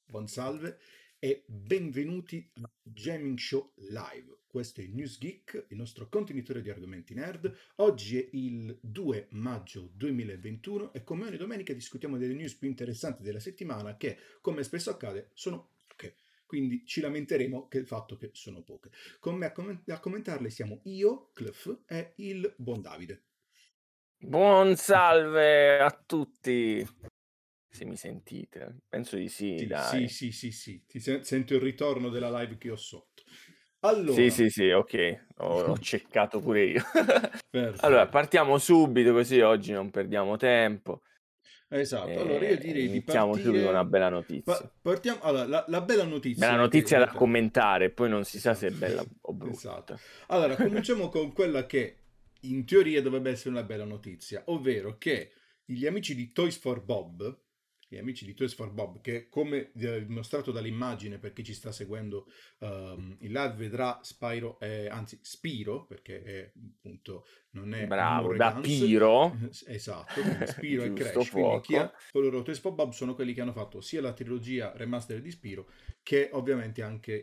buon salve e benvenuti a Gaming Show Live. Questo è News Geek, il nostro contenitore di argomenti nerd. Oggi è il 2 maggio 2021 e come ogni domenica discutiamo delle news più interessanti della settimana che, come spesso accade, sono poche. Quindi ci lamenteremo del fatto che sono poche. Con me a commentarle siamo io, Cliff, e il buon Davide. Buon salve a tutti. Se mi sentite, penso di sì, dai. Sì. Sento il ritorno della live che ho sotto. Allora, Sì, ok, ho ceccato pure io. Allora, perfetto. partiamo subito così oggi non perdiamo tempo. Esatto, allora io direi di Iniziamo subito con una partire. bella notizia. Partiamo. Allora, la bella Bella notizia che notizia da dovete. commentare, poi non si sa se Esatto, è bella o esatto. brutta. Allora, cominciamo con quella che in teoria dovrebbe essere una bella notizia, ovvero che gli amici di Toys for Bob, che come dimostrato dall'immagine per chi ci sta seguendo in live vedrà Spiro, perché è appunto non è Bravo, da Morgans, Piro, esatto, quindi Spiro e giusto Crash, quindi fuoco. coloro Toys for Bob sono quelli che hanno fatto sia la trilogia remaster di Spiro che ovviamente anche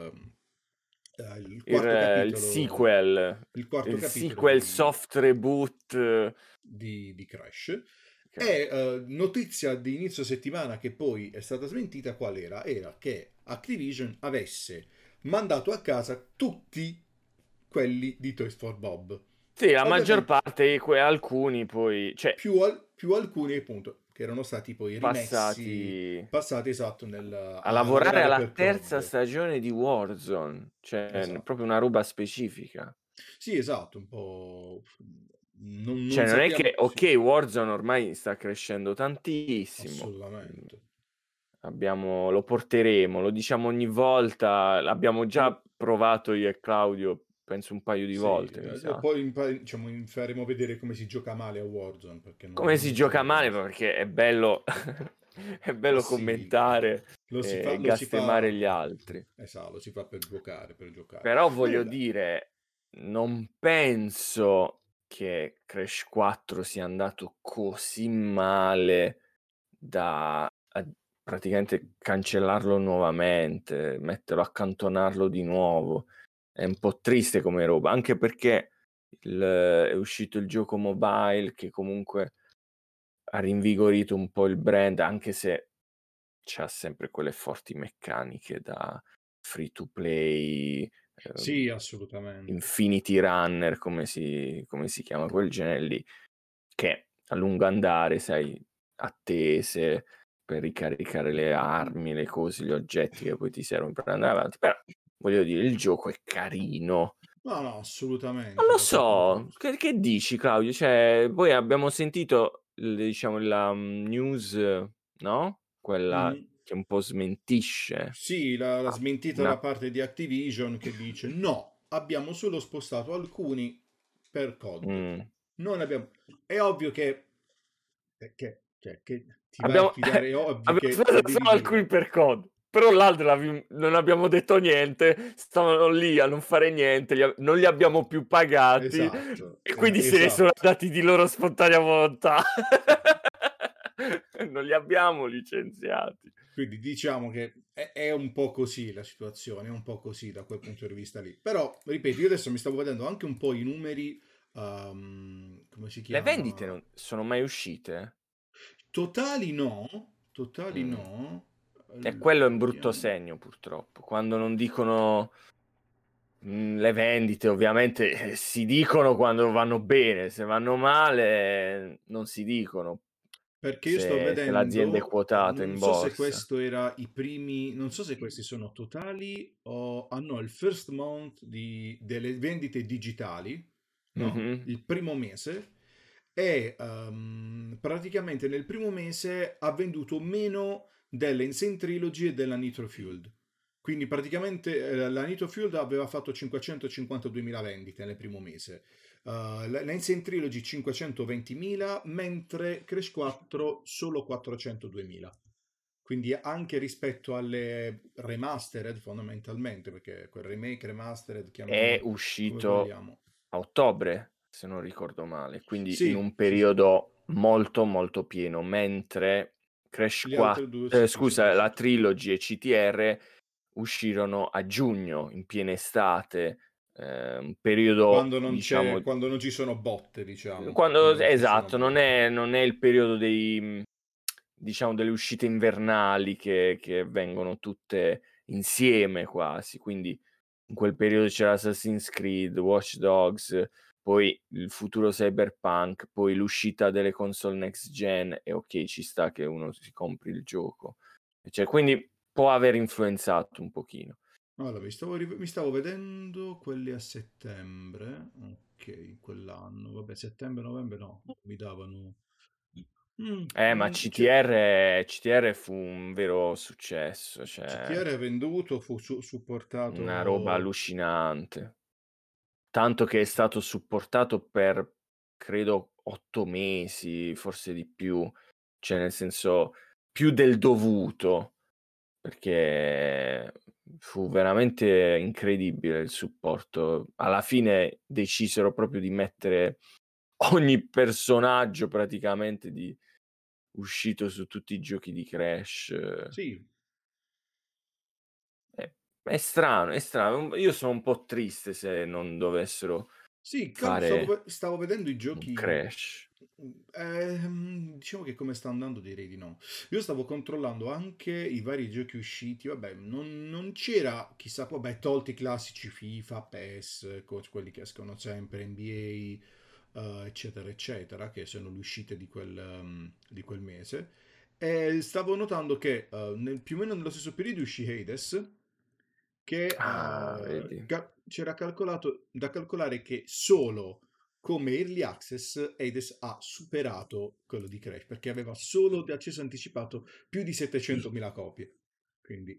il quarto Il capitolo, sequel, il quarto il capitolo sequel soft reboot. di Crash. Crash. E notizia di inizio settimana che poi è stata smentita qual era? Era che Activision avesse mandato a casa tutti quelli di Toys for Bob. Sì, la maggior Ovviamente parte, alcuni poi, cioè, più alcuni appunto che erano stati poi rimessi, passati passati esatto a a lavorare lavorare alla per terza COD. stagione di Warzone, cioè Esatto. proprio una roba specifica. Sì, esatto, un po'. Non Cioè, non è sappiamo. che, Sì, ok, Warzone ormai sta crescendo tantissimo. assolutamente. Lo porteremo, lo diciamo ogni volta, l'abbiamo già Lo- provato io e Claudio, penso un paio di sì, volte, mi sa. poi diciamo, faremo vedere come si gioca male a Warzone perché Come si non gioca credo. male, perché è bello, è Ma bello sì, commentare e lo si fa. gastemare gli altri. Esatto, lo si fa per giocare, per giocare. Però voglio Allora, dire, non penso che Crash 4 sia andato così male da praticamente cancellarlo nuovamente, metterlo, accantonarlo di nuovo. È un po' triste come roba, anche perché è uscito il gioco mobile che comunque ha rinvigorito un po' il brand, anche se c'ha sempre quelle forti meccaniche da free to play, sì, assolutamente. Infinity Runner, come si chiama quel genere lì, che a lungo andare, sai, attese per ricaricare le armi, le cose, gli oggetti che poi ti servono per andare avanti. Però voglio dire, il gioco è carino. No, Non assolutamente, lo da quel punto di so, vista. che dici, Claudio? Cioè, poi abbiamo sentito, diciamo, la news, no? Quella Mhm. che un po' smentisce. Sì, la Ah, smentita da una... parte di Activision che dice no, abbiamo solo spostato alcuni per COD. mm. Non abbiamo. È ovvio che ti vai a Abbiamo, fidare, è ovvio abbiamo che speso The solo Division alcuni no. per code, però l'altro non abbiamo detto niente, stavano lì a non fare niente, non li abbiamo più pagati Esatto, e quindi se ne sono esatto. andati di loro spontanea volontà. Non li abbiamo licenziati. Quindi diciamo che è un po' così la situazione, è un po' così da quel punto di vista lì. Però, ripeto, io adesso mi stavo vedendo anche un po' i numeri, come si Le vendite chiama? non sono mai uscite? Totali no, totali Mm. no. E quello è Allora, un brutto vediamo. segno, purtroppo. Quando non dicono le vendite, ovviamente, si dicono quando vanno bene, se vanno male non si dicono. Perché io sto Se l'azienda è vedendo, quotata non in so se borsa. questo era i primi, non so se questi sono totali o, ah no, il first month delle vendite digitali, no? Mhm. Il primo mese e praticamente nel primo mese ha venduto meno delle Insane Trilogy e della Nitro Fueled. Quindi praticamente la Nitro Fueled aveva fatto 552.000 vendite nel primo mese. L'Ancient Trilogy 520.000, mentre Crash 4 solo 402.000. Quindi anche rispetto alle remastered fondamentalmente, perché quel remake remastered, È chiamiamolo come uscito vogliamo. a ottobre, se non ricordo male, quindi in Sì, un sì, sì. periodo molto molto pieno, mentre Crash Gli altri 4, due si scusa, la viceversa. Trilogy e CTR uscirono a giugno, in piena estate, un periodo, diciamo, Quando non ci sono botte, diciamo. quando, Quando non ci sono esatto, botte. non è il periodo dei, diciamo, delle uscite invernali che vengono tutte insieme quasi, quindi in quel periodo c'era Assassin's Creed, Watch Dogs, poi il futuro Cyberpunk, poi l'uscita delle console next gen e ok, ci sta che uno si compri il gioco. Cioè, quindi può aver influenzato un pochino. Allora, mi stavo vedendo quelli a settembre. Ok, quell'anno. Vabbè, settembre-novembre no, mi davano. Ma Cioè, CTR fu un vero successo, cioè CTR è venduto, una roba supportato. allucinante. Tanto che è stato supportato per, credo, 8 mesi, forse di più, cioè nel senso più del dovuto, perché fu veramente incredibile il supporto. Alla fine decisero proprio di mettere ogni personaggio praticamente uscito su tutti i giochi di Crash. Sì, È strano, è strano. Io sono un po' triste se non dovessero sì, fare stavo vedendo i un giochi. Crash. Diciamo che come sta andando direi di no. Io stavo controllando anche i vari giochi usciti. Vabbè, non c'era chissà, vabbè, tolti i classici FIFA, PES, quelli che escono sempre, NBA, eccetera, eccetera, che sono le uscite di quel mese. E stavo notando che più o meno nello stesso periodo uscì Hades, che Ah, vedi. c'era calcolato da calcolare che solo come early access Hades ha superato quello di Crash perché aveva solo di accesso anticipato più di 700.000 copie. Quindi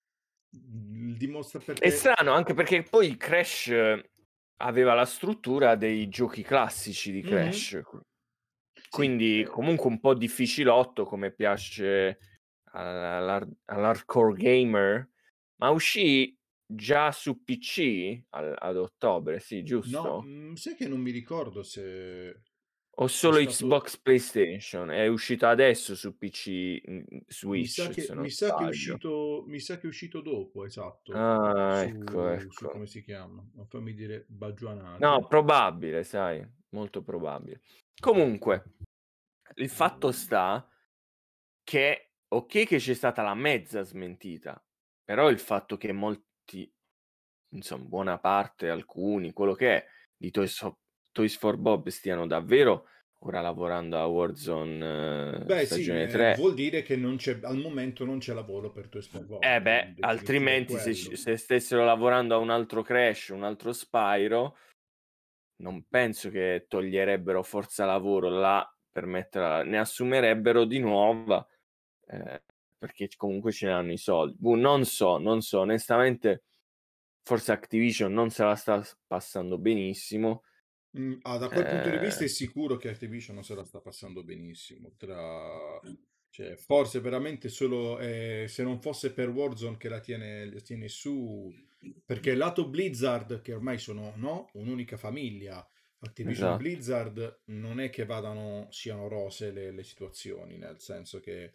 dimostra È perché. strano anche perché poi Crash aveva la struttura dei giochi classici di Mhm. Crash, Sì, quindi comunque un po' difficilotto come piace all'hardcore gamer, ma uscì già su PC ad ottobre, sì, no, giusto? sai che non mi ricordo se O è solo stato. Xbox PlayStation? È uscito adesso su PC, Switch, se non sbaglio. Mi sa che è uscito dopo, esatto, Ah, ecco, su ecco. come si chiama, non fammi dire No, baggianate. probabile, sai, molto probabile. Comunque, il fatto Ehm, sta che, ok che c'è stata la mezza smentita, però il fatto che molti, insomma, buona parte, alcuni, quello che è, di Toys for Bob stiano davvero ora lavorando a Warzone Beh, sì, stagione 3. vuol dire che al momento non c'è lavoro per Toys for Bob, Beh, il definitivo è altrimenti quello. se stessero lavorando a un altro Crash, un altro Spyro, non penso che toglierebbero forza lavoro là per metterla, ne assumerebbero di nuova, ehm, perché comunque ce ne hanno i soldi. Boh, non so, onestamente forse Activision non se la sta passando benissimo. Da quel punto di vista Ehm, è sicuro che Activision non se la sta passando benissimo. Cioè, forse veramente solo se non fosse per Warzone che la tiene su, perché lato Blizzard, che ormai sono no, un'unica famiglia, Activision esatto. Blizzard non è che siano rose le situazioni, nel senso che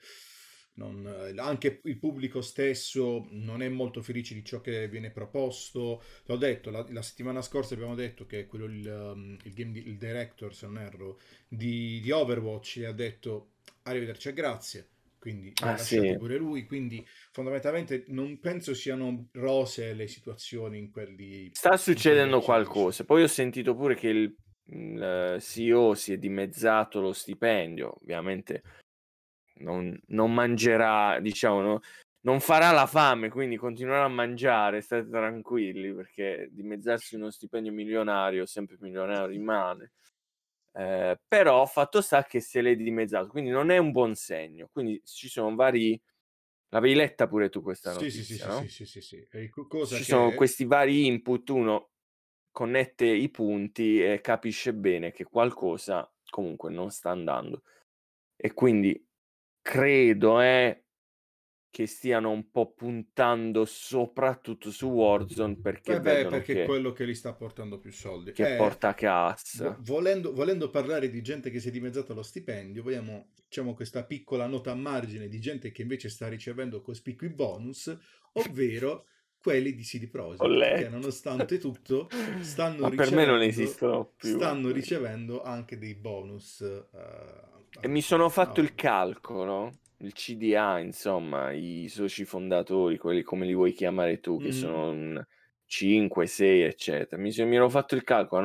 anche il pubblico stesso non è molto felice di ciò che viene proposto. L'ho detto, la settimana scorsa abbiamo detto che il director, se non erro, di Overwatch ha detto arrivederci e grazie, quindi li ha Ah lasciati sì. pure lui, quindi fondamentalmente non penso siano rose le situazioni Sta in quegli succedendo Activision. qualcosa. Poi ho sentito pure che il CEO si è dimezzato lo stipendio. Ovviamente non mangerà, diciamo, non farà la fame, quindi continuerà a mangiare, state tranquilli, perché dimezzarsi uno stipendio milionario, sempre milionario rimane. Però fatto sta che se l'è dimezzato, quindi non è un buon segno. Quindi ci sono vari. L'avevi letta pure tu questa Sì, sì, sì, notizia, sì, sì, no? sì, sì, sì. Cosa Ci sono che. questi vari input, uno connette i punti e capisce bene che qualcosa comunque non sta andando. E quindi credo, che stiano un po' puntando soprattutto su Warzone perché Beh, vedono perché è quello che li sta portando più soldi. che porta cassa. Volendo parlare di gente che si è dimezzata lo stipendio, vogliamo, diciamo, questa piccola nota a margine di gente che invece sta ricevendo cospicui bonus, ovvero quelli di CD Ho Projekt, che letto. nonostante tutto stanno Ma per me non ricevendo, esistono più. stanno ricevendo anche dei bonus. E mi sono fatto No. il calcolo, il CDA, insomma, i soci fondatori, quelli come li vuoi chiamare tu, che Mhm. sono 5, 6, eccetera. Mi ero fatto il calcolo,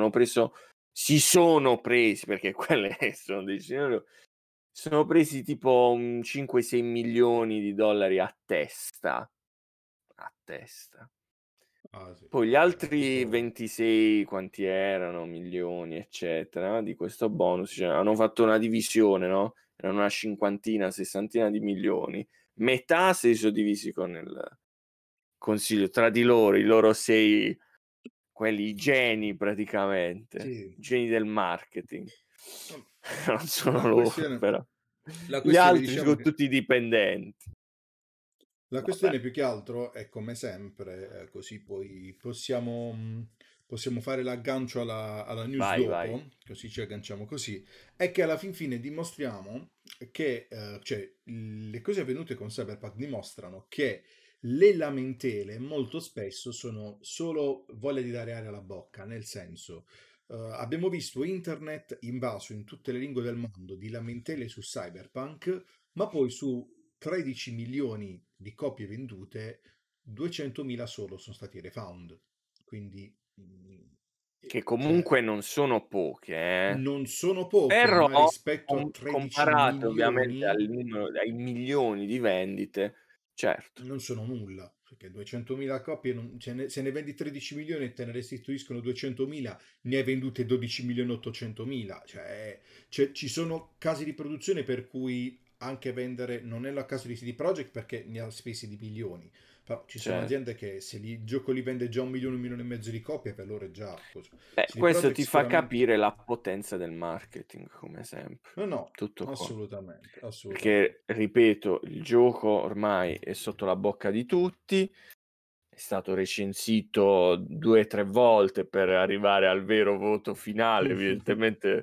si sono presi, perché quelle sono decisioni, sono presi tipo 5-6 milioni di dollari a testa. A testa. Ah, sì, Poi gli altri tipo... 26, quanti erano, milioni, eccetera, di questo bonus, cioè, hanno fatto una divisione, no? Erano una cinquantina, sessantina di milioni. Metà se li sono divisi con il consiglio, tra di loro, i loro 6, quelli geni praticamente, Sì. geni del marketing. Non sono La loro, questione, però. la Gli questione, altri diciamo sono che tutti dipendenti. La Vabbè, questione più che altro è come sempre, così poi possiamo fare l'aggancio alla news vai. dopo, così ci agganciamo così, è che alla fin fine dimostriamo che, cioè, le cose avvenute con Cyberpunk dimostrano che le lamentele molto spesso sono solo voglia di dare aria alla bocca, nel senso, abbiamo visto internet invaso in tutte le lingue del mondo di lamentele su Cyberpunk, ma poi su 13 milioni di copie vendute, 200.000 solo sono stati refound. Quindi, che cioè, comunque non sono poche, non sono poche, però ma rispetto a 13 comparate ovviamente milioni ai milioni di vendite, certo, non sono nulla. Perché 200.000 copie, se ne vendi 13 milioni e te ne restituiscono 200.000, ne hai vendute 12 milioni e 800.000. Cioè, ci sono casi di produzione per cui anche vendere, non è il caso di CD Projekt perché ne ha spesi di milioni, però ci sono certo. aziende che se il gioco li vende già 1 milione e mezzo di copie, per loro è già così. Beh, CD questo Projekt ti fa sicuramente... capire la potenza del marketing, come sempre. No, no, Tutto qua. assolutamente, assolutamente. Perché, ripeto, il gioco ormai è sotto la bocca di tutti, è stato recensito 2-3 volte per arrivare al vero voto finale, evidentemente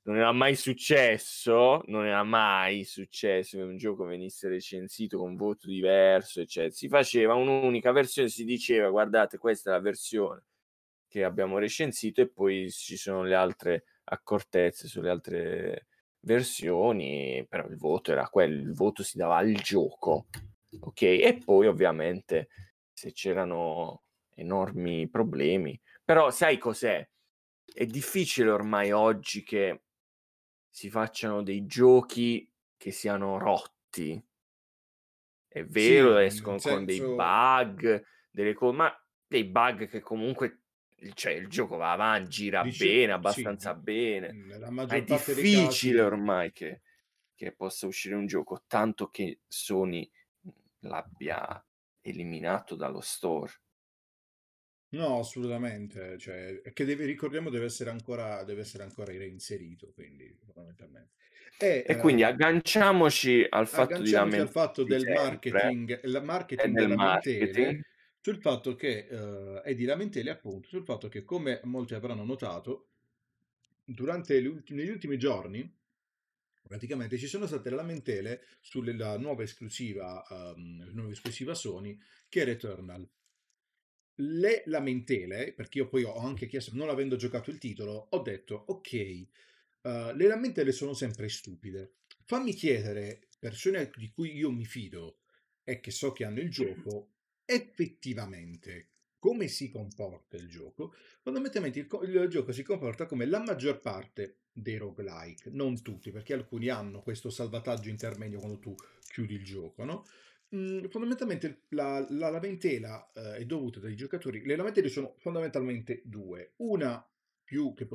non era mai successo che un gioco venisse recensito con un voto diverso, eccetera. Si faceva un'unica versione, si diceva guardate questa è la versione che abbiamo recensito e poi ci sono le altre accortezze sulle altre versioni, però il voto era quello, il voto si dava al gioco, ok? E poi ovviamente se c'erano enormi problemi, però sai cos'è? È difficile ormai oggi che si facciano dei giochi che siano rotti. È vero, Sì, nel escono con dei senso... bug, ma dei bug che comunque, cioè il gioco va avanti, gira bene, Sì, abbastanza bene, nella ma è maggior parte dei difficile casi... ormai che possa uscire un gioco, tanto che Sony l'abbia eliminato dallo store. No, assolutamente, cioè, è che ricordiamo deve essere ancora reinserito, quindi fondamentalmente. E E quindi agganciamoci al fatto di agganciamoci al fatto lamentarsi del sempre marketing, il e marketing del della lamentele, marketing. sul fatto che, e di lamentele appunto, sul fatto che come molti avranno notato, negli ultimi giorni, praticamente ci sono state le lamentele sulla nuova esclusiva Sony, che è Returnal. Le lamentele, perché io poi ho anche chiesto, non avendo giocato il titolo, ho detto, ok, le lamentele sono sempre stupide. Fammi chiedere, persone di cui io mi fido e che so che hanno il gioco, effettivamente come si comporta il gioco? Fondamentalmente il gioco si comporta come la maggior parte dei roguelike, non tutti, perché alcuni hanno questo salvataggio intermedio quando tu chiudi il gioco, no? Fondamentalmente la lamentela è dovuta dai giocatori. Le lamentele sono fondamentalmente due. Una più che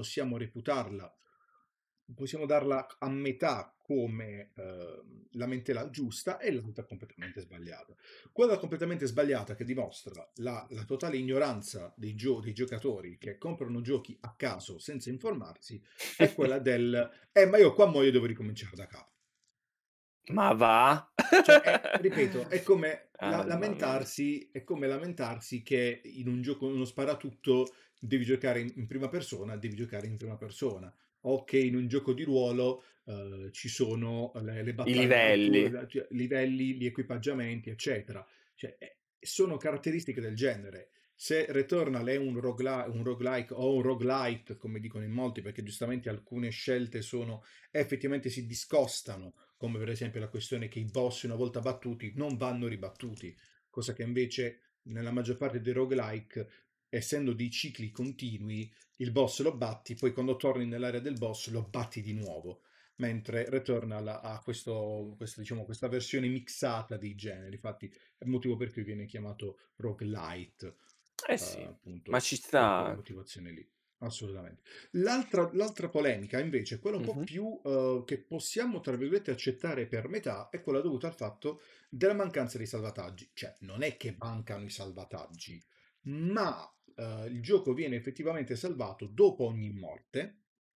possiamo darla a metà come lamentela giusta e l'altra completamente sbagliata. Quella completamente sbagliata che dimostra la totale ignoranza dei giocatori che comprano giochi a caso senza informarsi è quella del ma io qua muoio devo ricominciare da capo. Ma va? Cioè, ripeto, è come Mamma mia. lamentarsi che in un gioco, uno sparatutto, devi giocare in prima persona, devi giocare in prima persona. O che in un gioco di ruolo ci sono le I battaglie a livelli. cioè, livelli, gli equipaggiamenti, eccetera. Cioè, sono caratteristiche del genere. Se Returnal è un roguelike o un roguelite, come dicono in molti, perché giustamente alcune scelte sono effettivamente si discostano, come per esempio la questione che i boss una volta battuti non vanno ribattuti, cosa che invece nella maggior parte dei roguelike, essendo dei cicli continui, il boss lo batti, poi quando torni nell'area del boss lo batti di nuovo, mentre Returnal ha diciamo, questa versione mixata dei generi, infatti è il motivo per cui viene chiamato roguelite, Eh sì, ma appunto ci per quella sta. motivazione lì. Assolutamente. L'altra polemica, invece, quella un po' Mh-mh. più che possiamo, tra virgolette, accettare per metà, è quella dovuta al fatto della mancanza di salvataggi. Cioè, non è che mancano i salvataggi, ma il gioco viene effettivamente salvato dopo ogni morte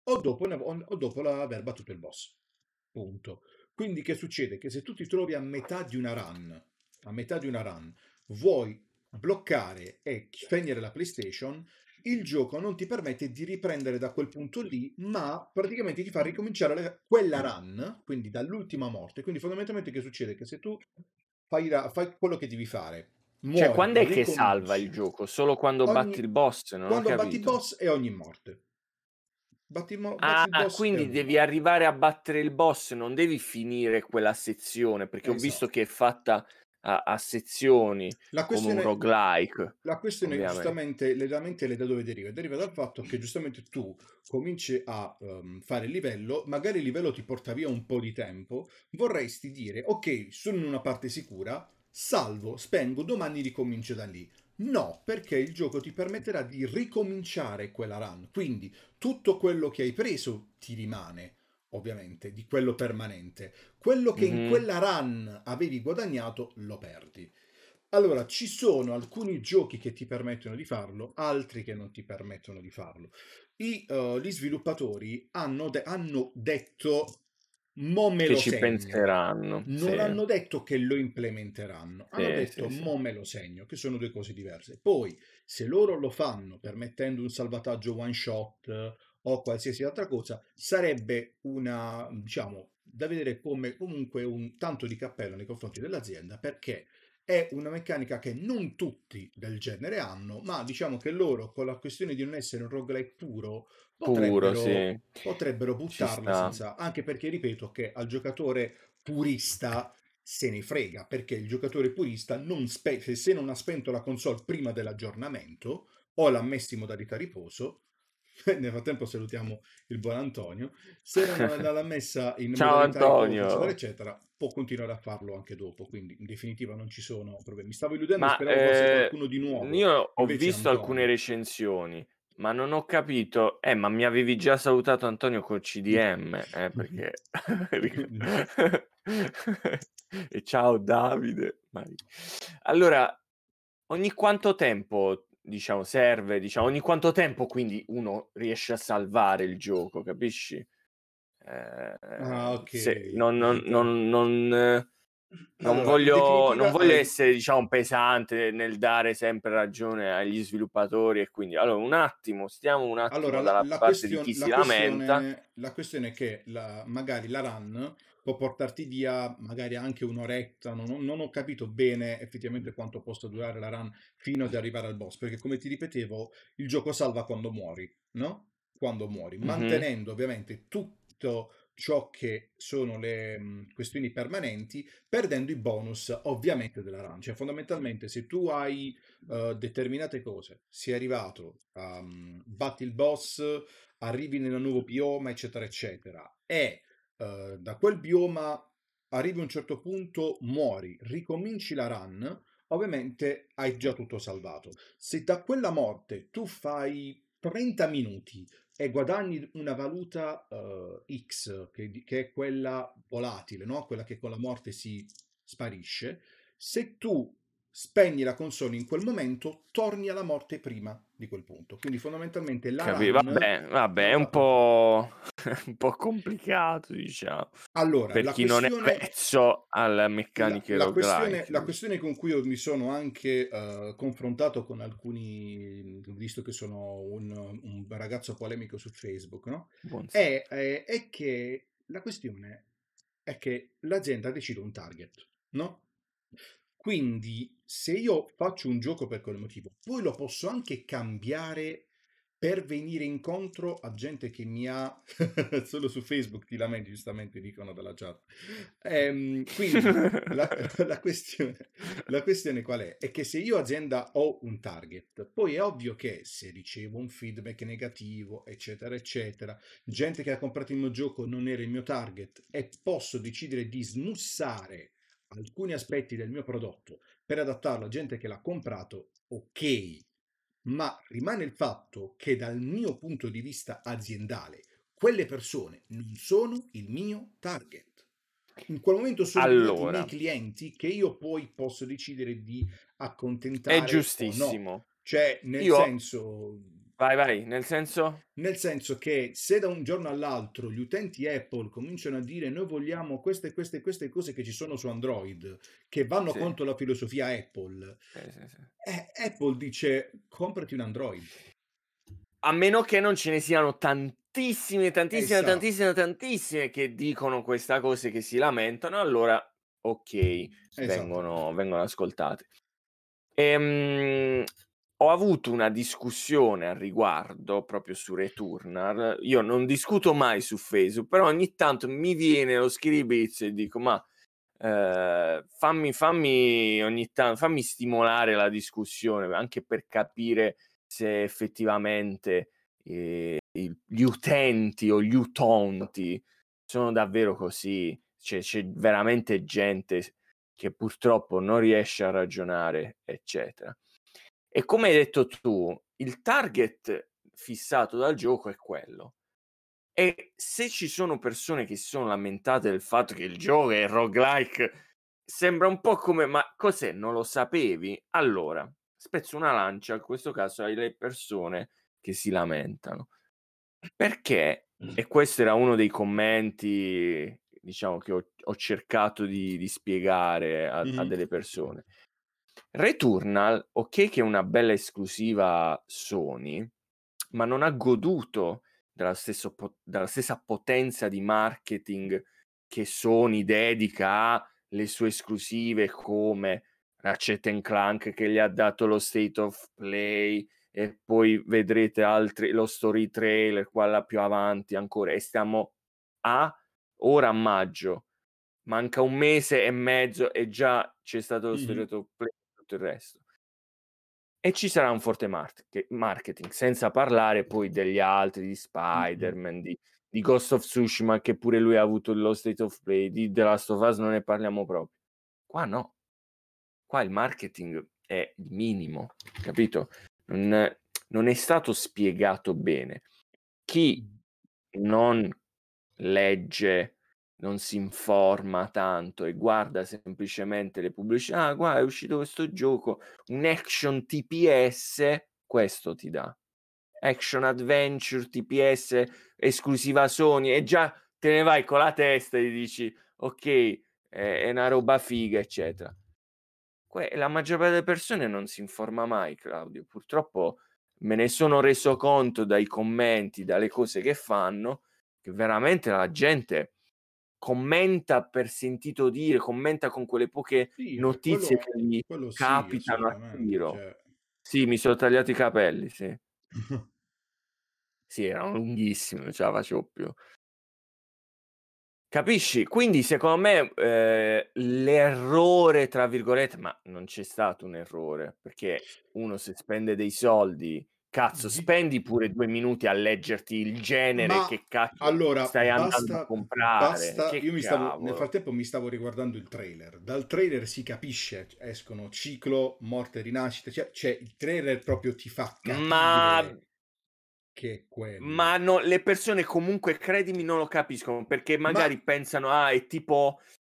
o dopo aver battuto il boss. Punto. Quindi che succede? Che se tu ti trovi a metà di una run, vuoi bloccare e spegnere la PlayStation, il gioco non ti permette di riprendere da quel punto lì, ma praticamente ti fa ricominciare quella run, quindi dall'ultima morte. Quindi fondamentalmente che succede? Che se tu fai quello che devi fare, Cioè, muori, quand'è che salva il ricominci. gioco? Solo quando batti Ogni, il boss? Non ho quando batti i capito. boss e ogni morte. Batti il Ah, boss e quindi ogni devi morte. arrivare a battere il boss, non devi finire quella sezione, perché ho visto Esatto. che è fatta a sezioni, La come un questione, roguelike, la questione ovviamente. giustamente, la mente da dove deriva? Deriva dal fatto che giustamente tu cominci a fare il livello, magari il livello ti porta via un po' di tempo, vorresti dire, ok, sono in una parte sicura, salvo, spengo, domani ricomincio da lì. No, perché il gioco ti permetterà di ricominciare quella run, quindi tutto quello che hai preso ti rimane, ovviamente, di quello permanente. Quello che in Mh-mh. quella run avevi guadagnato lo perdi. Allora, ci sono alcuni giochi che ti permettono di farlo, altri che non ti permettono di farlo. Gli sviluppatori hanno detto, mo me Che lo ci segno. penseranno. Non Sì, hanno detto che lo implementeranno, hanno sì, detto sì, sì. mo me lo segno, che sono due cose diverse. Poi, se loro lo fanno permettendo un salvataggio one shot o qualsiasi altra cosa, sarebbe una, diciamo, da vedere come comunque un tanto di cappello nei confronti dell'azienda, perché è una meccanica che non tutti del genere hanno, ma diciamo che loro, con la questione di non essere un roguelike puro, Puro, potrebbero, sì. potrebbero Ci buttarla sta. senza... Anche perché, ripeto, che al giocatore purista se ne frega, perché il giocatore purista se non ha spento la console prima dell'aggiornamento o l'ha messo in modalità riposo, nel frattempo salutiamo il buon Antonio, se non l'ha messa in Ciao modalità riposo, eccetera, Antonio. eccetera, può continuare a farlo anche dopo. Quindi, in definitiva, non ci sono problemi. Mi stavo illudendo e Ma, speravo fosse qualcuno di nuovo. io ho Invece, visto alcune Antonio. recensioni, ma non ho capito ma mi avevi già salutato Antonio col CDM, perché e ciao Davide. Allora, ogni quanto tempo, diciamo, serve, diciamo, ogni quanto tempo quindi uno riesce a salvare il gioco, capisci? Ah, Se ok. non Allora, in voglio non definitiva, voglio essere, diciamo, pesante nel dare sempre ragione agli sviluppatori e quindi allora un attimo, stiamo un allora, attimo dalla parte di chi si lamenta. la questione è che magari la run può portarti via magari anche un'oretta, non ho capito bene effettivamente quanto possa durare la run fino ad arrivare al boss, perché come ti ripetevo, il gioco salva quando muori, no? Quando muori, Mh-mh. mantenendo ovviamente tutto ciò che sono le questioni permanenti, perdendo i bonus ovviamente della run. Cioè fondamentalmente se tu hai determinate cose. Sei arrivato, batti il boss, arrivi nel nuovo bioma, eccetera, eccetera. E da quel bioma arrivi a un certo punto, muori, ricominci la run, ovviamente hai già tutto salvato. Se da quella morte tu fai 30 minuti e guadagni una valuta X, che è quella volatile, no? Quella che con la morte si sparisce, se tu spegni la console in quel momento, torni alla morte prima di quel punto. Quindi fondamentalmente la run Vabbè, è non va un protegge. po' un po' complicato, diciamo, Allora, per la chi non è questione avvezzo alle La, meccaniche la questione, roguelike. la questione con cui io mi sono anche confrontato con alcuni, visto che sono un ragazzo polemico su Facebook, no? Buon È che la questione è che l'azienda decide un target, no? Quindi se io faccio un gioco per quel motivo, poi lo posso anche cambiare per venire incontro a gente che mi ha solo su Facebook ti lamenti, giustamente dicono dalla chat. Quindi la questione qual è? È che se io azienda ho un target, poi è ovvio che se ricevo un feedback negativo, eccetera, eccetera, gente che ha comprato il mio gioco non era il mio target e posso decidere di smussare alcuni aspetti del mio prodotto per adattarlo a gente che l'ha comprato, ok, ma rimane il fatto che dal mio punto di vista aziendale quelle persone non sono il mio target. In quel momento sono diventati i miei Allora, clienti che io poi posso decidere di è accontentare o no. giustissimo. Cioè, nel Io senso, vai, nel senso? nel senso che se da un giorno all'altro gli utenti Apple cominciano a dire noi vogliamo queste, queste, queste cose che ci sono su Android, che vanno Sì, contro la filosofia Apple, sì. Apple dice comprati un Android. A meno che non ce ne siano Esatto, tantissime che dicono questa cosa e che si lamentano, allora okay, esattamente. vengono ascoltate. Ehm, Ho avuto una discussione al riguardo proprio su Returnal. Io non discuto mai su Facebook, però ogni tanto mi viene lo schiribizzo e dico: "Ma, fammi stimolare la discussione, anche per capire se effettivamente, gli utenti o gli utonti sono davvero così." C'è veramente gente che purtroppo non riesce a ragionare, eccetera. E come hai detto tu, il target fissato dal gioco è quello. E se ci sono persone che si sono lamentate del fatto che il gioco è roguelike, sembra un po' come: "Ma cos'è, non lo sapevi?" Allora, spezzo una lancia, in questo caso alle persone che si lamentano. Perché, e questo era uno dei commenti, diciamo, che ho cercato di spiegare a Mhm, delle persone. Returnal, okay che è una bella esclusiva Sony, ma non ha goduto della stessa potenza di marketing che Sony dedica alle sue esclusive come Ratchet& Clank che gli ha dato lo State of Play e poi vedrete altri lo story trailer qua là più avanti ancora e stiamo a ora a maggio. Manca 1 mese e mezzo e già c'è stato lo mhm, stereotype e tutto il resto. E ci sarà un forte marketing, senza parlare poi degli altri, di mhm. Spider-Man, di Ghost of Tsushima che pure lui ha avuto lo State of Play, di The Last of Us non ne parliamo proprio. Qua no, qua il marketing è il minimo, capito? Non è stato spiegato bene. Chi non legge, non si informa tanto e guarda semplicemente le pubblicità: "Ah, guarda è uscito questo gioco, un action TPS", questo ti dà. Action adventure TPS esclusiva Sony e già te ne vai con la testa e dici: "Okay, è una roba figa", eccetera. La maggior parte delle persone non si informa mai, Claudio. Purtroppo me ne sono reso conto dai commenti, dalle cose che fanno, che veramente la gente commenta per sentito dire, commenta con quelle poche Sì, notizie che gli quello sì, capitano a assolutamente. tiro. Cioè. Sì, mi sono tagliato i capelli, sì. Sì, erano lunghissimi, non ce la facevo più. Capisci? Quindi secondo me, "l'errore" tra virgolette, ma non c'è stato un errore, perché uno se spende dei soldi, cazzo Di- spendi pure 2 minuti a leggerti il genere Ma che cacchio allora stai andando a comprare. io Che nel cavolo. frattempo mi stavo riguardando il trailer. Dal trailer si capisce, escono ciclo, morte, rinascita, cioè il trailer proprio ti fa Ma capire che è Ma quello. no, le persone comunque credimi non lo capiscono, perché Ma magari pensano: "Ah, è tipo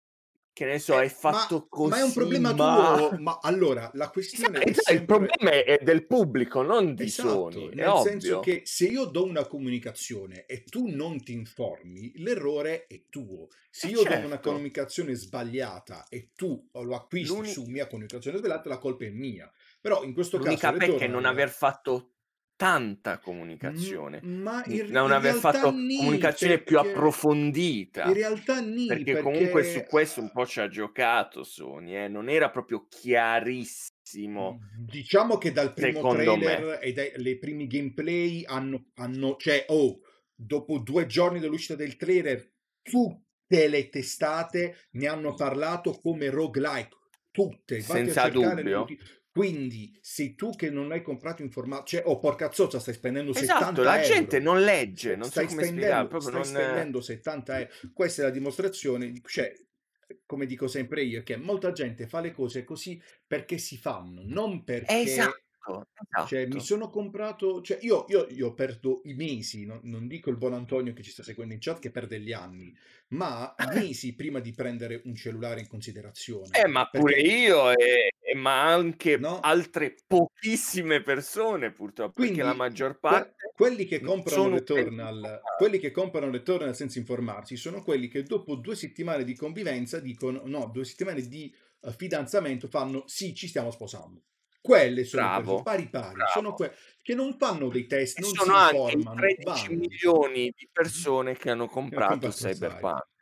che ne so, è Ma fatto è un così problema ma tuo, ma allora la questione è sai, il sempre problema è del pubblico, non di esatto, Sony, è nel senso ovvio. che se io do una comunicazione e tu non ti informi, l'errore è tuo. Se io do una Certo, comunicazione sbagliata e tu lo acquisti l'uni su mia comunicazione sbagliata, la colpa è mia. Però in questo caso l'unica pecca è non Returnal aver fatto tanta comunicazione, ma non in aver realtà fatto nì, comunicazione più perché in approfondita, realtà nì, perché comunque perché su questo un po' ci ha giocato Sony, non era proprio chiarissimo, diciamo che dal primo secondo me. trailer e dai le primi gameplay hanno cioè, oh, dopo 2 giorni dall'uscita del trailer, tutte le testate ne hanno parlato come roguelike, tutte. Vatti a Senza cercare le dubbio. noti quindi sei tu che non hai comprato cioè, oh porca zozza, stai spendendo Esatto, la 70 gente €. non legge, Cioè, non so come spiegarlo, proprio stai non spendendo 70 €. Questa è la dimostrazione, cioè, come dico sempre io, che molta gente fa le cose così perché si fanno, non perché esatto, cioè mi esatto. sono comprato cioè io perdo i mesi, non dico il buon Antonio che ci sta seguendo in chat che perde gli anni, ma mesi prima di prendere un cellulare in considerazione, Ma pure perché io, ma anche no? altre pochissime persone purtroppo, perché la Quindi maggior parte quelli che non comprano sono utenti Returnal, informati. quelli che comprano Returnal senza informarsi, sono quelli che dopo 2 settimane di convivenza dicono, no, 2 settimane di fidanzamento fanno, sì, ci stiamo sposando. Quelle sono le persone, Bravo, pari pari, sono bravo. quelle che non fanno dei test, E non si sono anche i informano, 13 vanno. milioni di persone che hanno E ho comprato comprato Cyber. Cyberpunk.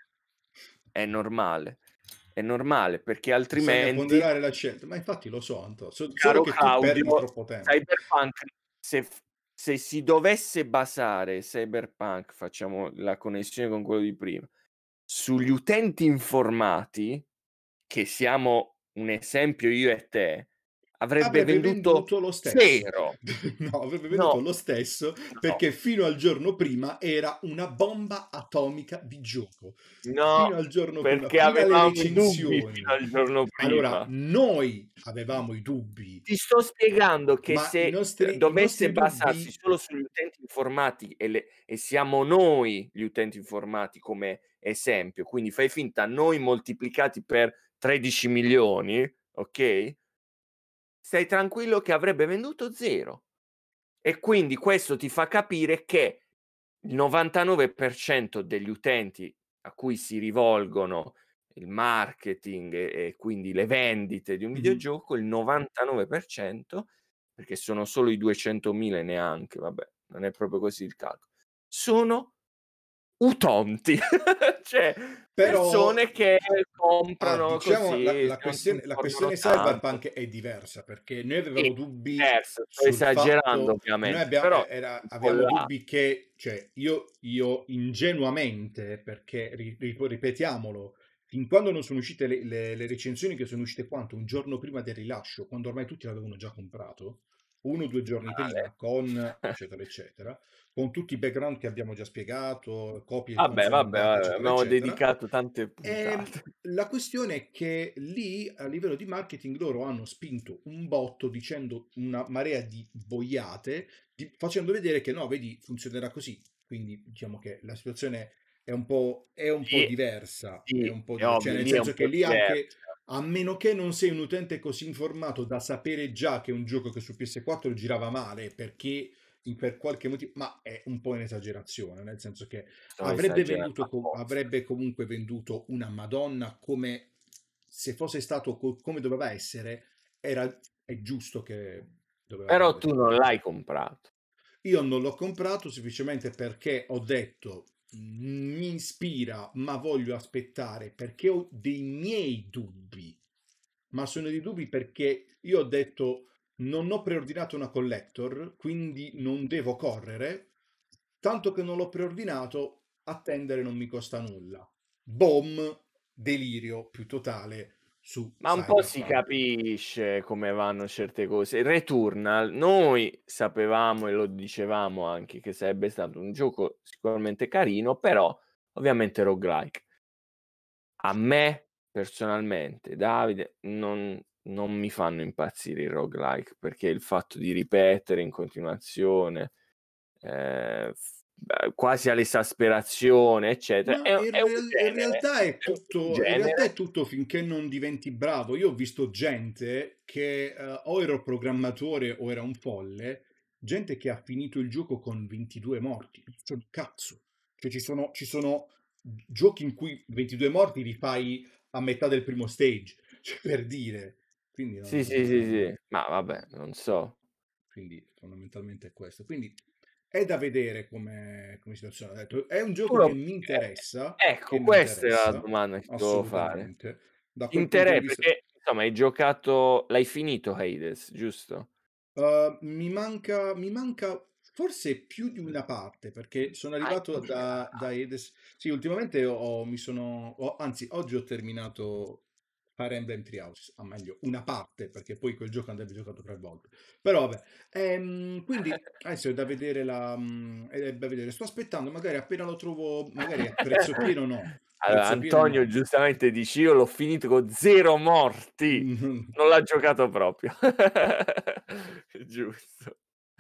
È normale perché Bisogna altrimenti, ponderare la scelta, ma infatti lo so, Anto, solo caro che tu perdi Claudio, troppo tempo. Cyberpunk se si dovesse basare Cyberpunk, facciamo la connessione con quello di prima, sugli utenti informati, che siamo un esempio io e te, avrebbe Avrebbe venduto venduto lo stesso. 0. No, avrebbe venduto No, lo stesso no, perché fino al giorno prima era una bomba atomica di gioco. no, Fino al giorno prima, perché fino alle avevamo i dubbi fino recensioni. al giorno Allora, prima. noi avevamo i dubbi, Ti sto spiegando che ma se, i dovesse nostri basarsi dubbi solo sugli utenti informati e siamo noi gli utenti informati come esempio, quindi fai finta noi moltiplicati per 13.000.000, okay, stai tranquillo che avrebbe venduto 0. E quindi questo ti fa capire che il 99% degli utenti a cui si rivolgono il marketing e quindi le vendite di un mh-mh. videogioco, il 99%, perché sono solo i 200.000 e neanche, vabbè, non è proprio così il calcolo, sono utonti, cioè Però persone che comprano diciamo così, la non si questione informano tanto. Cyberpunk è diversa, perché noi Sì, avevamo dubbi diverso, sto sul esagerando fatto noi ovviamente, però un po' avevamo là. dubbi che, cioè io ingenuamente, perché ripetiamolo, fin quando non sono uscite le recensioni che sono uscite quanto? Un giorno prima del rilascio, quando ormai tutti l'avevano già comprato, 1 o 2 giorni prima, Male. con eccetera, eccetera, con tutti i background che abbiamo già spiegato, copie Vabbè, vabbè, consolidate, vabbè, eccetera, abbiamo eccetera. dedicato tante Ehm, puntate. la questione è che lì a livello di marketing loro hanno spinto un botto dicendo una marea di boiate, facendo vedere che no, vedi, funzionerà così. Quindi diciamo che la situazione è un po' Sì, diversa, è sì, un po' è cioè ovvio, nel lì è un senso che po' lì anche diversa. a meno che non sei un utente così informato da sapere già che è un gioco che su PS4 girava male perché per qualche motivo, ma è un po' in esagerazione, nel senso che Sto esagerando apposta. avrebbe comunque venduto una Madonna come se fosse stato come doveva essere, è giusto che doveva Però vendere tu non così. l'hai comprato. Io non l'ho comprato semplicemente perché ho detto mi ispira, ma voglio aspettare perché ho dei miei dubbi. Ma sono dei dubbi perché io ho detto non ho preordinato una collector, quindi non devo correre, tanto che non l'ho preordinato, attendere non mi costa nulla. Boom, delirio più totale su Ma un po' si Cyberpunk. capisce come vanno certe cose. Returnal, noi sapevamo e lo dicevamo anche che sarebbe stato un gioco sicuramente carino, però ovviamente roguelike. A me personalmente, Davide, non mi fanno impazzire i roguelike, perché il fatto di ripetere in continuazione, f quasi all'esasperazione, eccetera. Ma È un in realtà genere. è tutto finché non diventi bravo. Io ho visto gente che o era un programmatore o era un folle, gente che ha finito il gioco con 22 morti. Cioè, cazzo. Cioè, ci sono giochi in cui 22 morti li fai a metà del primo stage, cioè, per dire. Quindi Sì, sì, sì, non. sì. Ma vabbè, non so. Quindi fondamentalmente è questo. Quindi è da vedere come situazione. Ho detto, è un Tu gioco lo che mi interessa, Ecco, questa era la domanda che ti volevo fare. assolutamente. Da quel punto di vista, Perché insomma l'hai finito Hades, giusto? mi manca forse più di una parte, perché sono arrivato da Hades. Sì, ultimamente anzi, oggi ho terminato Fire Emblem Three Houses, a meglio, una parte, perché poi quel gioco andrebbe giocato 3 volte. Però vabbè, quindi adesso è da vedere. Sto aspettando, magari appena lo trovo, magari a prezzo pieno no, Allora, prezzo pieno Antonio no. giustamente dice: "Io l'ho finito con 0 morti, non l'ha giocato proprio." Giusto.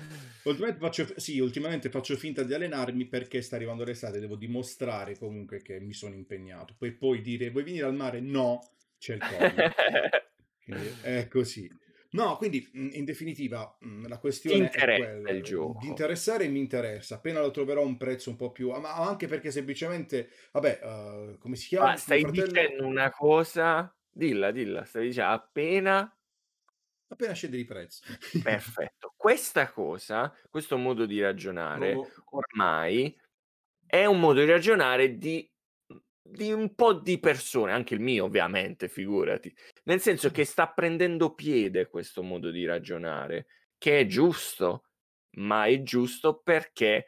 Ultimamente faccio finta di allenarmi perché sta arrivando l'estate, devo dimostrare comunque che mi sono impegnato. Poi dire, vuoi venire al mare? No, c'è il Covid. Quindi è così. No, quindi in definitiva la Ti questione è interessa quella. il Di gioco. interessare mi interessa, appena lo troverò a un prezzo un po' più. Ma anche perché semplicemente, vabbè, come si Ma chiama? Mio stai fratello, dicendo una cosa, dilla, stai dicendo appena. appena scende di prezzo. Perfetto. Questa cosa, questo modo di ragionare Provo. ormai è un modo di ragionare di un po' di persone, anche il mio ovviamente, figurati. Nel senso che sta prendendo piede questo modo di ragionare, che è giusto, ma è giusto perché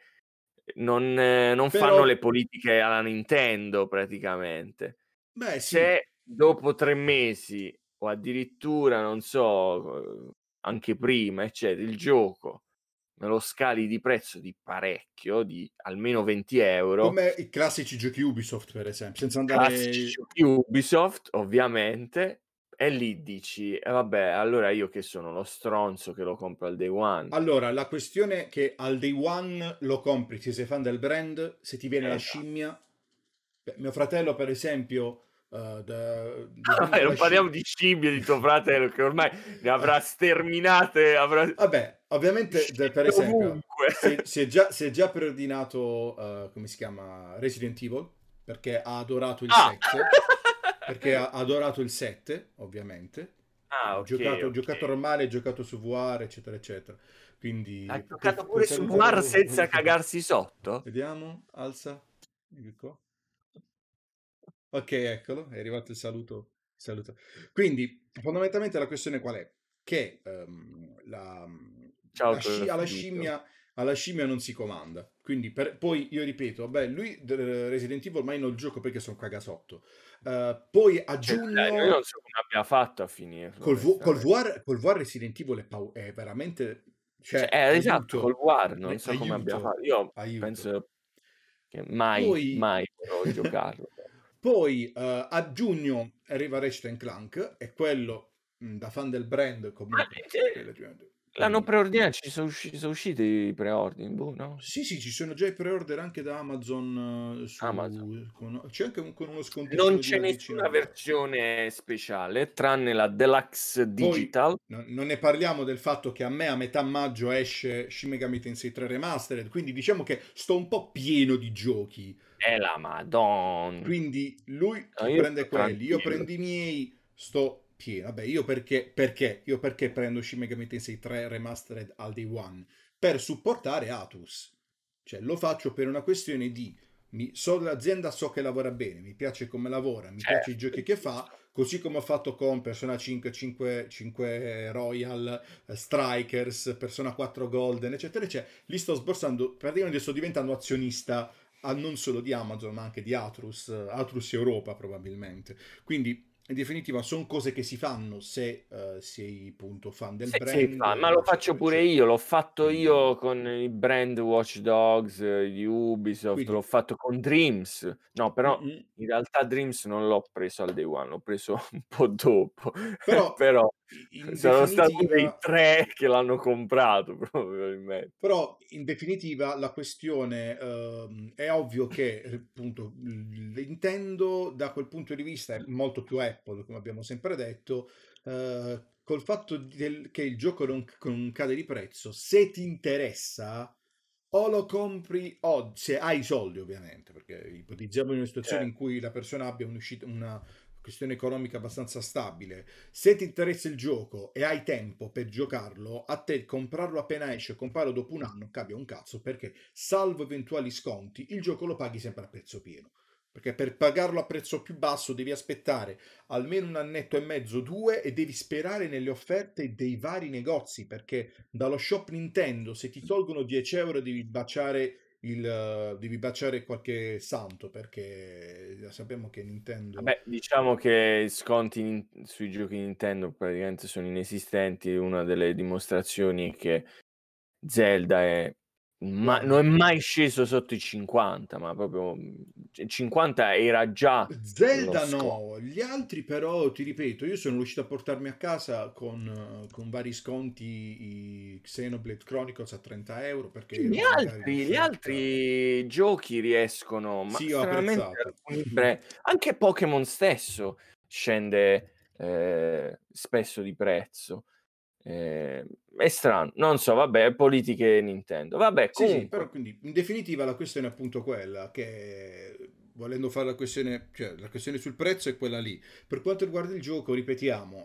non Però, fanno le politiche alla Nintendo praticamente. beh, sì. Se dopo 3 mesi o addirittura non so, anche prima, il gioco me lo scali di prezzo di parecchio, di almeno 20 €, Come i classici giochi Ubisoft, per esempio, senza classici andare. giochi Ubisoft ovviamente, e lì dici: "E vabbè, allora io che sono lo stronzo che lo compro al day one". Allora, la questione è che al day one lo compri se sei fan del brand, se ti viene la Esa scimmia. Beh, mio fratello, per esempio, The Dream of vabbè, la non parliamo scimmia. di scimmie di tuo fratello che ormai ne avrà sterminate, avrà Vabbè, ovviamente, per scimmie esempio, ovunque. si è già preordinato, come si chiama, Resident Evil, perché ha adorato il Ah! 7, perché ha adorato il 7, ovviamente. Ah, okay, Giocato okay. normale, giocato su VR, eccetera, eccetera. Ha Quindi giocato puoi pure su salutare. VR senza cagarsi sotto? Vediamo, alza. Ecco. Ok, eccolo, è arrivato il saluto. Saluto. Quindi, fondamentalmente la questione qual è? Che Ciao Torfidito. alla scimmia non si comanda. Quindi, poi io ripeto, vabbè, lui Resident Evil ormai non gioco perché sono cagasotto. Poi a Cioè dai, io non giugno so come abbia fatto a finirlo col onestamen VR Resident Evil è veramente, cioè cioè, esatto, col aiuto, VR non so come abbia fa aiuto, io aiuto. penso che mai, Poi, mai potrò giocarlo. poi a giugno arriva Ratchet Clank e quello, da fan del brand Ma comunque relativamente. l'hanno preordinato, ci sono usciti i preordini, boh, no? Sì, sì, ci sono già i pre-order anche da Amazon, Amazon. c'è anche con uno Non scontissimo di c'è una decina nessuna d'euro. versione speciale, tranne la Deluxe Poi Digital. non ne parliamo del fatto che a me a metà maggio esce Shin Megami Tensei 3 Remastered, quindi diciamo che sto un po' pieno di giochi. E la madon Quindi lui no, io prende sto quelli, io tranquillo. prendo i miei, sto pieno. Vabbè, io perché prendo Shin Megami Tensei 3 Remastered al day one? Per supportare Atlus. Cioè, lo faccio per una questione di so l'azienda, so che lavora bene, mi piace come lavora, mi piace i Certo, giochi è che fa, giusto. così come ho fatto con Persona 5, 5 Royal, Strikers, Persona 4 Golden, eccetera, eccetera. Li sto sborsando, praticamente sto diventando azionista non solo di Amazon, ma anche di Atrus Europa probabilmente. Quindi, in definitiva, sono cose che si fanno se sei appunto fan del Sì, sì, brand, ma lo faccio eccetera, pure eccetera. io, l'ho fatto Quindi, io con i brand Watch Dogs di Ubisoft, l'ho quindi fatto con Dreams. No, mm, però mm. in realtà Dreams non l'ho preso al day one, l'ho preso un po' dopo, Però però in Saranno stati dei definitiva 3 che l'hanno comprato probabilmente. Però in definitiva la questione è ovvio che appunto Nintendo da quel punto di vista è molto più Apple, come abbiamo sempre detto, col fatto che il gioco non cade di prezzo, se ti interessa o lo compri o se hai i soldi ovviamente, perché ipotizziamo in una situazione in Certo. cui la persona abbia una questione economica abbastanza stabile. Se ti interessa il gioco e hai tempo per giocarlo, a te comprarlo appena esce, comprarlo dopo un anno, cambia un cazzo, perché salvo eventuali sconti, il gioco lo paghi sempre a prezzo pieno. Perché per pagarlo a prezzo più basso devi aspettare almeno un annetto e mezzo, due, e devi sperare nelle offerte dei vari negozi, perché dallo shop Nintendo, se ti tolgono 10 euro, devi baciare qualche santo, perché sappiamo che Nintendo... Vabbè, diciamo che sconti sui giochi Nintendo praticamente sono inesistenti. Una delle dimostrazioni è che Zelda non è Guarda, mai sceso sotto i 50, ma proprio 50 era già lo Zelda sconto. no, gli altri però, ti ripeto, io sono riuscito a portarmi a casa con vari sconti i Xenoblade Chronicles a 30 euro perché Sì, erano magari in gli offerta. altri giochi riescono, ma Sì, ho stranamente apprezzato. alcuni anche Pokémon stesso scende spesso di prezzo. È strano, non so, vabbè, politiche Nintendo. Vabbè, Sì, sì, però comunque, quindi in definitiva la questione è appunto quella, che volendo fare la questione, cioè la questione sul prezzo è quella lì. Per quanto riguarda il gioco, ripetiamo,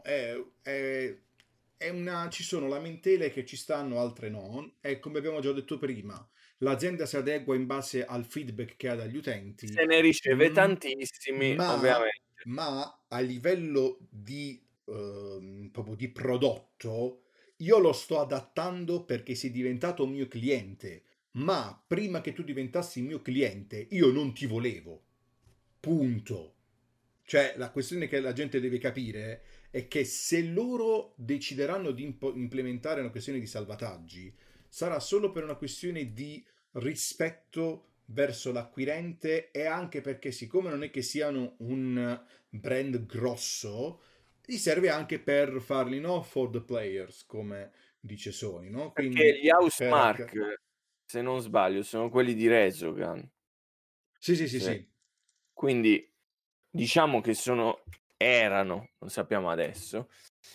ci sono lamentele che ci stanno, altre no, e come abbiamo già detto prima, l'azienda si adegua in base al feedback che ha dagli utenti, se ne riceve mm, tantissimi, ma, ovviamente. ma a livello di, proprio di prodotto io lo sto adattando perché sei diventato un mio cliente, ma prima che tu diventassi il mio cliente, io non ti volevo. Punto. Cioè, la questione che la gente deve capire è che se loro decideranno di implementare una questione di salvataggi, sarà solo per una questione di rispetto verso l'acquirente e anche perché siccome non è che siano un brand grosso, gli serve anche per farli, no? For the players, come dice Sony, no? Perché Quindi gli per... Housemarque, se non sbaglio, sono quelli di Resogun. Sì, sì, sì, Se sì. Quindi diciamo che erano, non sappiamo adesso,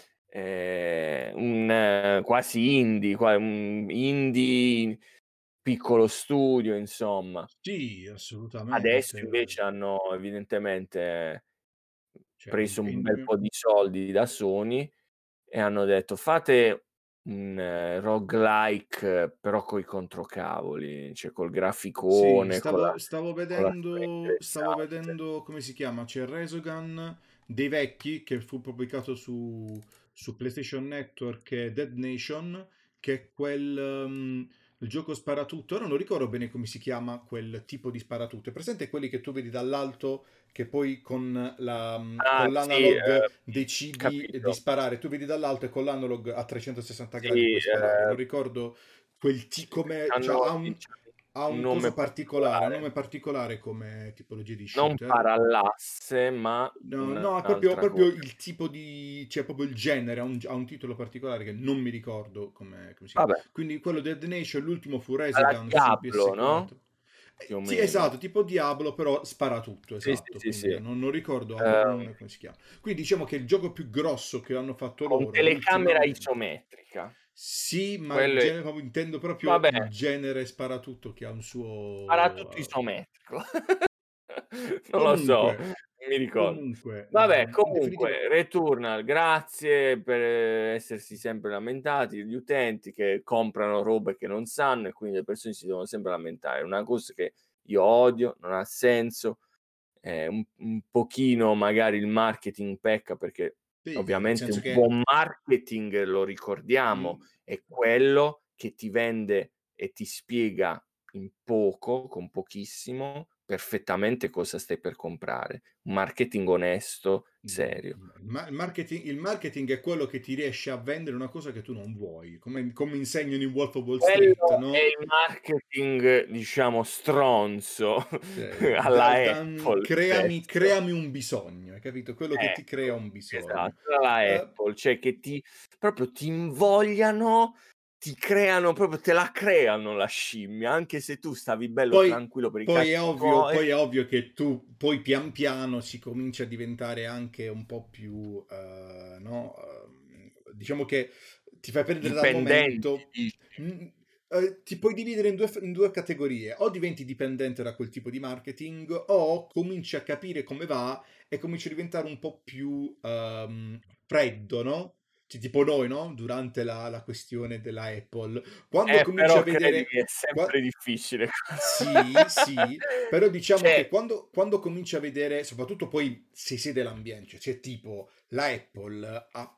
un quasi indie, un indie piccolo studio, insomma. Sì, Adesso assolutamente. invece hanno evidentemente Cioè, preso un bel po' di soldi da Sony e hanno detto: "Fate un roguelike però coi controcavoli, cioè col sì, graficone, con la storia stavo interessante". vedendo come si chiama, c'è Resogun dei vecchi che fu pubblicato su PlayStation Network e Dead Nation, che è il gioco sparatutto. Ora non ricordo bene come si chiama quel tipo di sparatutto. È presente quelli che tu vedi dall'alto che poi Ah con sì, l'analog decidi di capito. sparare? Tu vedi dall'alto e con l'analog a 360 gradi Sì, puoi sparare. Non ricordo come, cioè, hanno diciamo ha un un nome coso particolare, un particolare, nome particolare come tipologia di non shooter. parallasse, ma No, no, è un'altra proprio cosa. il tipo di, cioè proprio il genere, ha un titolo particolare che non mi ricordo come si chiama. Vabbè, Quindi quello Dead Nation, l'ultimo fu alla Resogun su Diablo, no, PS4. più o Sì, meno. esatto, tipo Diablo, però spara tutto, Sì, sì, esatto. sì, Quindi sì. non ricordo Ehm, come si chiama. Quindi diciamo che il gioco più grosso che hanno fatto con loro telecamera ultimamente. isometrica. Sì, ma il Quello è genere, intendo proprio vabbè, il genere sparatutto che ha un sarà suo... tutto isometrico. Non lo so, Comunque, non mi ricordo. comunque, Vabbè, in definitiva, comunque, Returnal, grazie per essersi sempre lamentati, gli utenti che comprano robe che non sanno e quindi le persone si devono sempre lamentare. È una cosa che io odio, non ha senso, un pochino magari il marketing pecca perché sì, nel ovviamente senso un che buon marketing, lo ricordiamo, mm, è quello che ti vende e ti spiega in poco, con pochissimo, perfettamente cosa stai per comprare. Un marketing onesto, No, serio. il marketing è quello che ti riesce a vendere una cosa che tu non vuoi, come insegnano in Wolf of Wall Street, Quello è no? il marketing, diciamo, stronzo Cioè, alla Apple spesso. creami un bisogno, hai capito? Quello che ti crea Ecco, un bisogno. esatto, alla Eh, Apple, cioè che ti invogliano, ti creano proprio te la creano la scimmia, anche se tu stavi bello poi, tranquillo per i poi è cazzi ovvio, tuoi. poi è ovvio che tu poi pian piano si comincia a diventare anche un po' più, no? Diciamo che ti fai prendere dal Dipendenti, momento. dici. mm, Ti puoi dividere in due categorie: o diventi dipendente da quel tipo di marketing, o cominci a capire come va e cominci a diventare un po' più freddo, no? Cioè, tipo noi, no? Durante la questione della Apple, quando cominci a Però credimi vedere. è sempre difficile. Sì, sì, però diciamo Cioè, che quando cominci a vedere, soprattutto poi se sei dell'ambiente, cioè tipo la Apple ha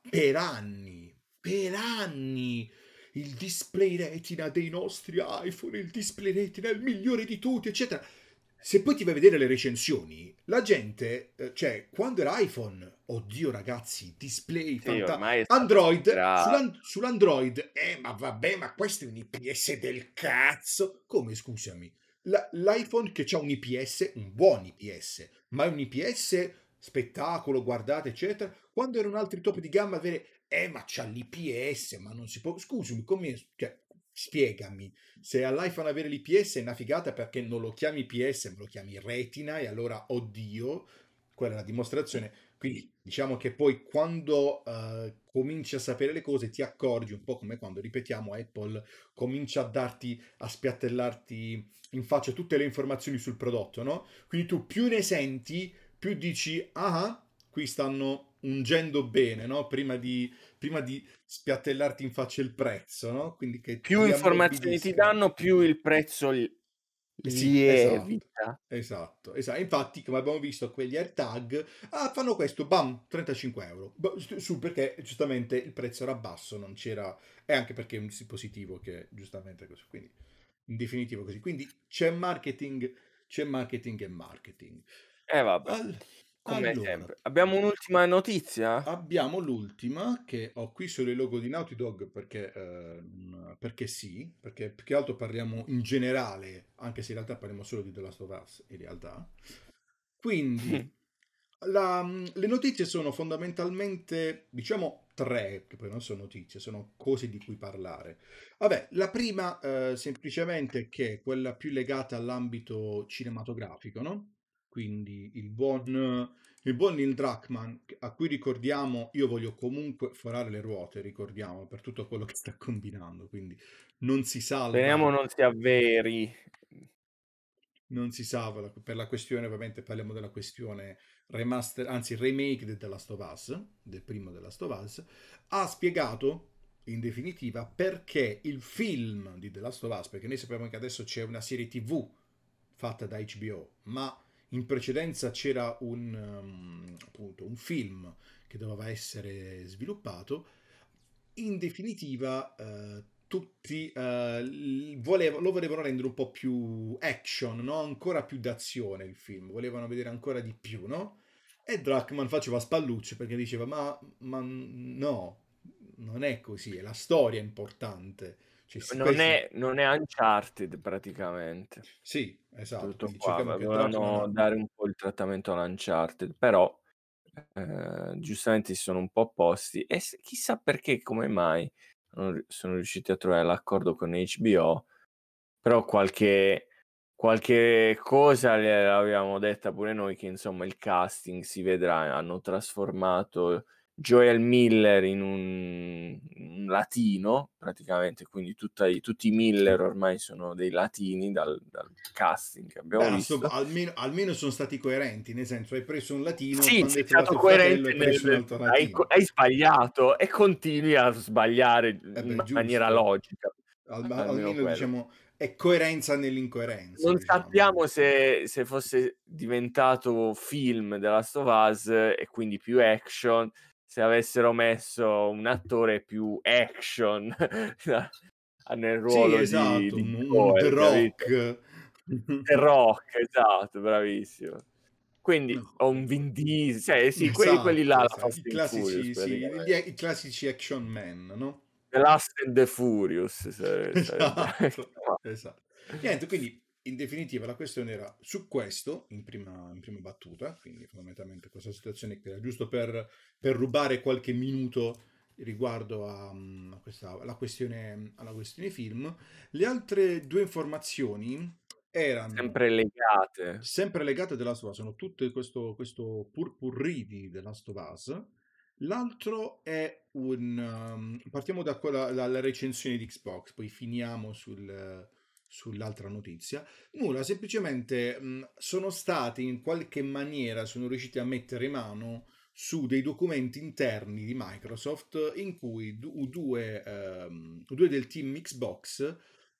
per anni, il display retina dei nostri iPhone, il display retina è il migliore di tutti, eccetera. Se poi ti vai a vedere le recensioni, la gente, cioè, quando era iPhone, oddio ragazzi, display sì, fantastico. ormai è stato Android, superato. sull'Android, ma vabbè, ma questo è un IPS del cazzo. Come, scusami? L'iPhone che c'ha un IPS, un buon IPS, ma è un IPS spettacolo, guardate, eccetera. Quando erano altri top di gamma, avere, ma c'ha l'IPS, ma non si può. Scusami, come. Cioè, spiegami. Se all'iPhone avere l'IPS è una figata perché non lo chiami IPS, ma lo chiami Retina, e allora, oddio, quella è la dimostrazione. Quindi diciamo che poi quando cominci a sapere le cose ti accorgi, un po' come quando, ripetiamo, Apple comincia a spiattellarti in faccia tutte le informazioni sul prodotto, no? Quindi tu più ne senti, più dici, ah, qui stanno ungendo bene, no? Prima di spiattellarti in faccia il prezzo, no? Quindi che Più ti informazioni ti ammorbidiscano. danno, più il prezzo Sì, esatto. lievita. Esatto, esatto. Infatti, come abbiamo visto, quegli AirTag fanno questo, bam, 35 euro. Su perché giustamente il prezzo era basso, non c'era, e anche perché è un dispositivo che giustamente è così. Quindi, in definitivo, così. Quindi c'è marketing e marketing. Vabbè, Al- come allora, sempre. Abbiamo un'ultima notizia? abbiamo l'ultima che ho qui solo il logo di Naughty Dog perché sì, perché più che altro parliamo in generale, anche se in realtà parliamo solo di The Last of Us, in realtà. Quindi, le notizie sono fondamentalmente, diciamo, tre, che poi non sono notizie, sono cose di cui parlare. Vabbè, la prima, semplicemente, che è quella più legata all'ambito cinematografico, no? Quindi il buon Neil Druckmann, a cui ricordiamo, io voglio comunque forare le ruote, ricordiamo, per tutto quello che sta combinando, quindi non si Speriamo salva, non sia veri. non si salva per la questione, ovviamente parliamo della questione remaster, anzi remake di The Last of Us, del primo The Last of Us, ha spiegato in definitiva perché il film di The Last of Us, perché noi sappiamo che adesso c'è una serie TV fatta da HBO, ma in precedenza c'era appunto, un film che doveva essere sviluppato. In definitiva, tutti lo volevano rendere un po' più action, no? Ancora più d'azione il film, volevano vedere ancora di più, no? E Druckmann faceva spallucce perché diceva: ma no, non è così, è la storia importante. Cioè, sì, questi. Non è Uncharted praticamente. Sì, esatto, Tutto quindi qua, cerchiamo che Druckmann dovevano dare un po' il trattamento all'Uncharted, però giustamente si sono un po' opposti e chissà perché, come mai sono riusciti a trovare l'accordo con HBO, però qualche cosa l'avevamo detta pure noi, che insomma il casting si vedrà, hanno trasformato Joel Miller in un latino praticamente, quindi tutti i Miller ormai sono dei latini dal casting che Beh, abbiamo visto. almeno sono stati coerenti, nel senso hai preso un latino, Sì, quando sei hai trovato stato il fratello coerente hai preso un altro latino. hai sbagliato e continui a sbagliare E in beh, maniera giusto. logica, almeno Almeno quello. diciamo è coerenza nell'incoerenza, Non diciamo. sappiamo se fosse diventato film The Last of Us e quindi più action, se avessero messo un attore più action nel Sì, ruolo esatto, di un The Joel, capito? Rock. The Rock, esatto, bravissimo. Quindi No, o un Vin Diesel, cioè sì, quelli là, esatto, la i Fast and Furious classici, sì, praticamente. i classici action man, no? The Last and the Furious sarebbe Esatto, chiamato. esatto. Niente, quindi in definitiva la questione era su questo, in prima battuta, quindi fondamentalmente questa situazione che era giusto per rubare qualche minuto riguardo a questa, alla questione film. Le altre due informazioni erano Sempre legate. sempre legate a The Last of Us, sono tutte questo purpurri di The Last of Us. L'altro è partiamo da dalla recensione di Xbox, poi finiamo sull'altra notizia. Nulla, semplicemente sono stati in qualche maniera, sono riusciti a mettere mano su dei documenti interni di Microsoft in cui due del team Xbox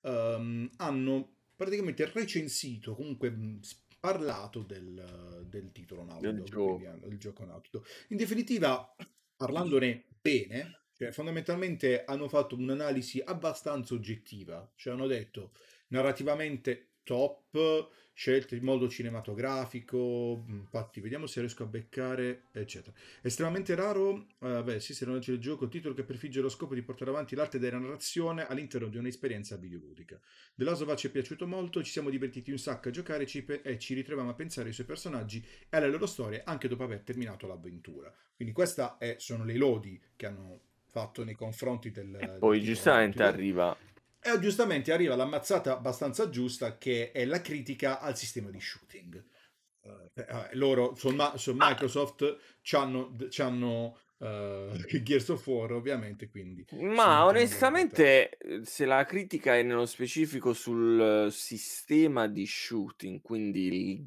hanno praticamente recensito, comunque parlato del titolo Naughty Del Dog, quindi gioco. il gioco Naughty Dog. In definitiva, parlandone bene, cioè fondamentalmente hanno fatto un'analisi abbastanza oggettiva, cioè hanno detto narrativamente top, scelte in modo cinematografico, infatti vediamo se riesco a beccare, eccetera. Estremamente raro, beh sì, se non legge il gioco, titolo che prefigge lo scopo di portare avanti l'arte della narrazione all'interno di un'esperienza videoludica. The Last of Us ci è piaciuto molto, ci siamo divertiti un sacco a giocare e ci ritroviamo a pensare ai suoi personaggi e alle loro storie anche dopo aver terminato l'avventura. Quindi queste sono le lodi che hanno fatto nei confronti E del poi titolo Naughty giustamente Dog. arriva. E giustamente arriva l'ammazzata abbastanza giusta che è la critica al sistema di shooting. Loro su Ah, Microsoft c'hanno Gears of War ovviamente, quindi si ma mettono loro per terra. onestamente, se la critica è nello specifico sul sistema di shooting, quindi il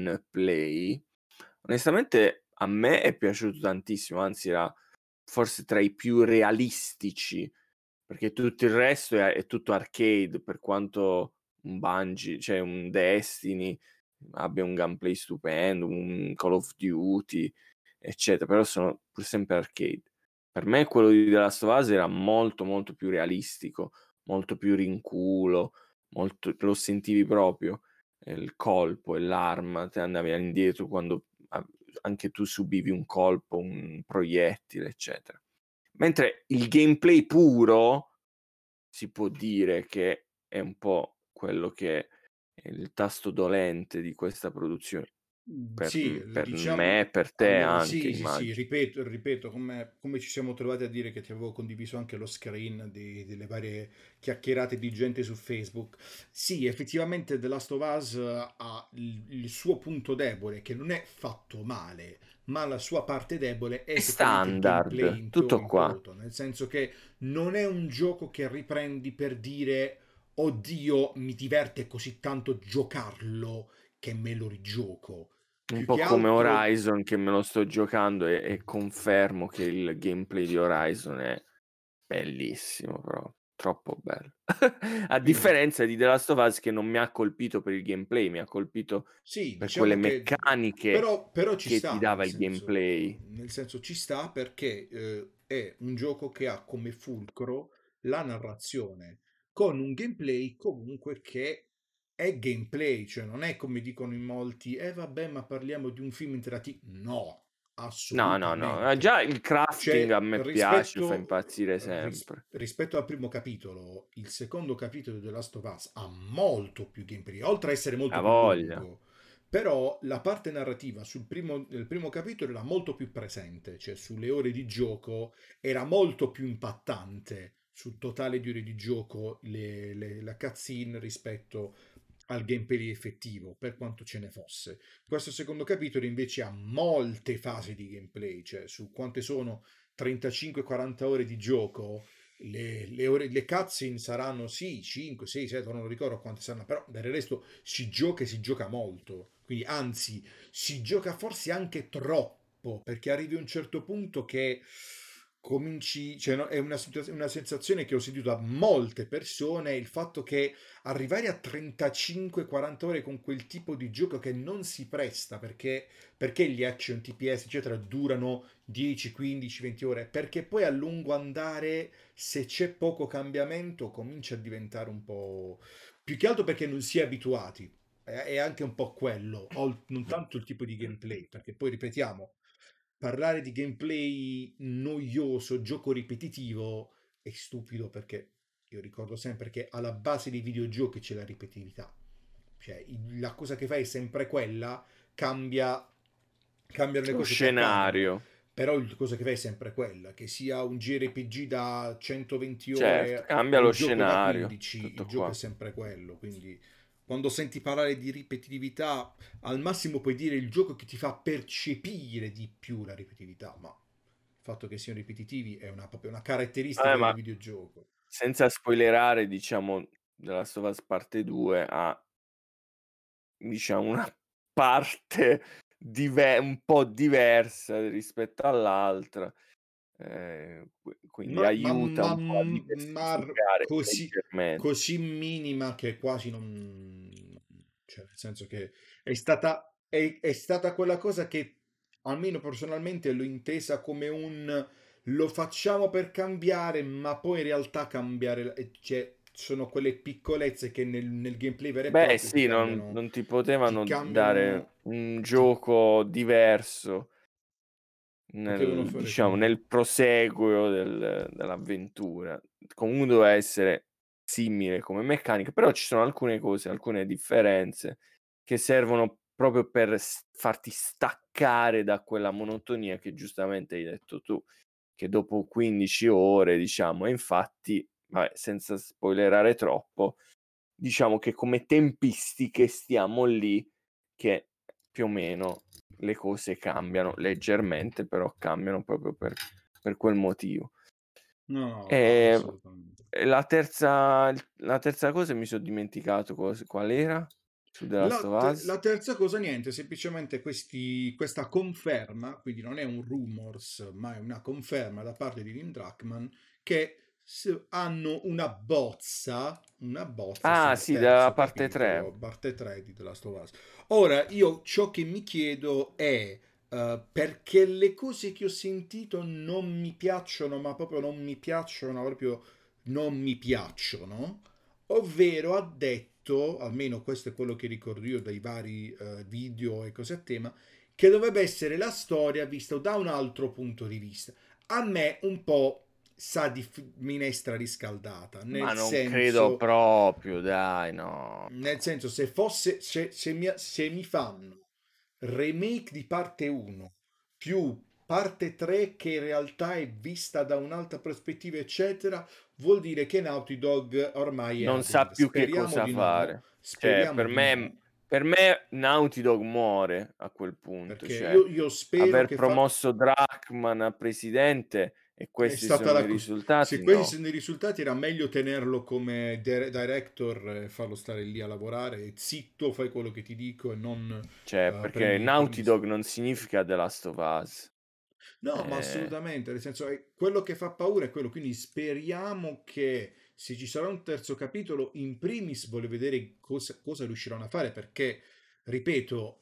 gunplay, onestamente a me è piaciuto tantissimo, anzi era forse tra i più realistici, perché tutto il resto è tutto arcade, per quanto un Bungie, cioè un Destiny abbia un gameplay stupendo, un Call of Duty, eccetera, però sono pur sempre arcade. Per me quello di The Last of Us era molto molto più realistico, molto più rinculo, lo sentivi proprio, il colpo e l'arma, te andavi indietro quando anche tu subivi un colpo, un proiettile, eccetera. Mentre il gameplay puro si può dire che è un po' quello che è il tasto dolente di questa produzione. Sì, Per me diciamo, e per te allora anche, sì, sì, sì, immagino. ripeto, come ci siamo trovati a dire che ti avevo condiviso anche lo screen delle varie chiacchierate di gente su Facebook. Sì, effettivamente The Last of Us ha il suo punto debole, che non è fatto male, ma la sua parte debole è È effettivamente il gameplay standard, tutto in qua. toto, nel senso che non è un gioco che riprendi per dire, oddio, mi diverte così tanto giocarlo che me lo rigioco. Un Più po' che come altro, Horizon che me lo sto giocando e confermo che il gameplay di Horizon è bellissimo, però troppo bello. A quindi differenza di The Last of Us che non mi ha colpito per il gameplay, mi ha colpito sì, per quelle diciamo che meccaniche però ci che ti sta, dava il gameplay. nel senso ci sta perché è un gioco che ha come fulcro la narrazione, con un gameplay comunque che è gameplay, cioè non è come dicono in molti, vabbè, ma parliamo di un film interattivo. No, No, no, no, assolutamente. già il crafting a Cioè, me piace, fa impazzire sempre. rispetto al primo capitolo, il secondo capitolo di The Last of Us ha molto più gameplay, oltre a essere Ha molto più voglia. lungo. Però la parte narrativa nel primo capitolo era molto più presente, cioè sulle ore di gioco era molto più impattante sul totale di ore di gioco la cutscene rispetto al gameplay effettivo, per quanto ce ne fosse. Questo secondo capitolo invece ha molte fasi di gameplay, cioè su quante sono 35-40 ore di gioco, le cutscene saranno sì 5, 6, 7, non ricordo quante saranno, però del resto si gioca e si gioca molto. Quindi anzi, si gioca forse anche troppo, perché arrivi a un certo punto che cominci, cioè no, è una sensazione che ho sentito da molte persone, il fatto che arrivare a 35-40 ore con quel tipo di gioco che non si presta perché gli action TPS eccetera durano 10, 15, 20 ore, perché poi a lungo andare se c'è poco cambiamento comincia a diventare un po' più che altro perché non si è abituati. è anche un po' quello, non tanto il tipo di gameplay, perché poi ripetiamo, parlare di gameplay noioso, gioco ripetitivo è stupido, perché io ricordo sempre che alla base dei videogiochi c'è la ripetitività. Cioè, la cosa che fai è sempre quella, cambiano le Lo cose che accadono, scenario, però la cosa che fai è sempre quella, che sia un JRPG da 120 certo, ore cambia o lo un gioco da scenario, 15, il tutto gioco è qua. sempre quello, quindi quando senti parlare di ripetitività, al massimo puoi dire il gioco che ti fa percepire di più la ripetitività, ma il fatto che siano ripetitivi è proprio una caratteristica del Ma videogioco. senza spoilerare, diciamo, The Last of Us parte 2 ha, diciamo, una parte un po' diversa rispetto all'altra, quindi Ma, ma, aiuta ma, un po' a diversificare così, leggermente. così minima che quasi non... Cioè, nel senso che è stata quella cosa che, almeno personalmente, l'ho intesa come un... Lo facciamo per cambiare, ma poi in realtà cambiare... Cioè, sono quelle piccolezze che nel gameplay vero e Beh proprio sì, non ti potevano dare un ti gioco diverso potevano nel, fare diciamo, come... nel proseguo dell'avventura. Comunque doveva essere simile come meccanica, però ci sono alcune cose, alcune differenze che servono proprio per farti staccare da quella monotonia che giustamente hai detto tu, che dopo 15 ore, diciamo, e infatti, vabbè, senza spoilerare troppo, diciamo che come tempistiche stiamo lì che più o meno le cose cambiano leggermente, però cambiano proprio per quel motivo. No, no, E, assolutamente. e la terza cosa mi sono dimenticato qual era su The Last of Us. La terza cosa, niente, semplicemente questa conferma, quindi non è un rumors, ma è una conferma da parte di Neil Druckmann che hanno una bozza Ah sul sì, della terzo parte 3. capitolo, parte 3 di The Last of Us. Ora, io ciò che mi chiedo è perché le cose che ho sentito non mi piacciono, ma proprio non mi piacciono, proprio non mi piacciono. Ovvero ha detto, almeno questo è quello che ricordo io dai vari video e cose a tema, che dovrebbe essere la storia vista da un altro punto di vista. A me un po' sa di minestra riscaldata, Ma non credo proprio, dai, no. nel senso, se fosse, se mi fanno remake di parte 1 più parte 3 che in realtà è vista da un'altra prospettiva, eccetera, vuol dire che Naughty Dog ormai è Non a sa deriva. più che Speriamo cosa di no, fare. Cioè, speriamo di no, per me Naughty Dog muore a quel punto. perché Cioè, io spero aver che promosso Druckmann a presidente e è questi stata sono la i cosa. Se risultati, questi no. sono i risultati, era meglio tenerlo come director e farlo stare lì a lavorare. Zitto, fai quello che ti dico e non Cioè, perché prendi. Naughty Dog non significa The Last of Us. No, ma Eh, assolutamente, nel senso, quello che fa paura è quello, quindi speriamo che se ci sarà un terzo capitolo, in primis voglio vedere cosa riusciranno a fare, perché, ripeto,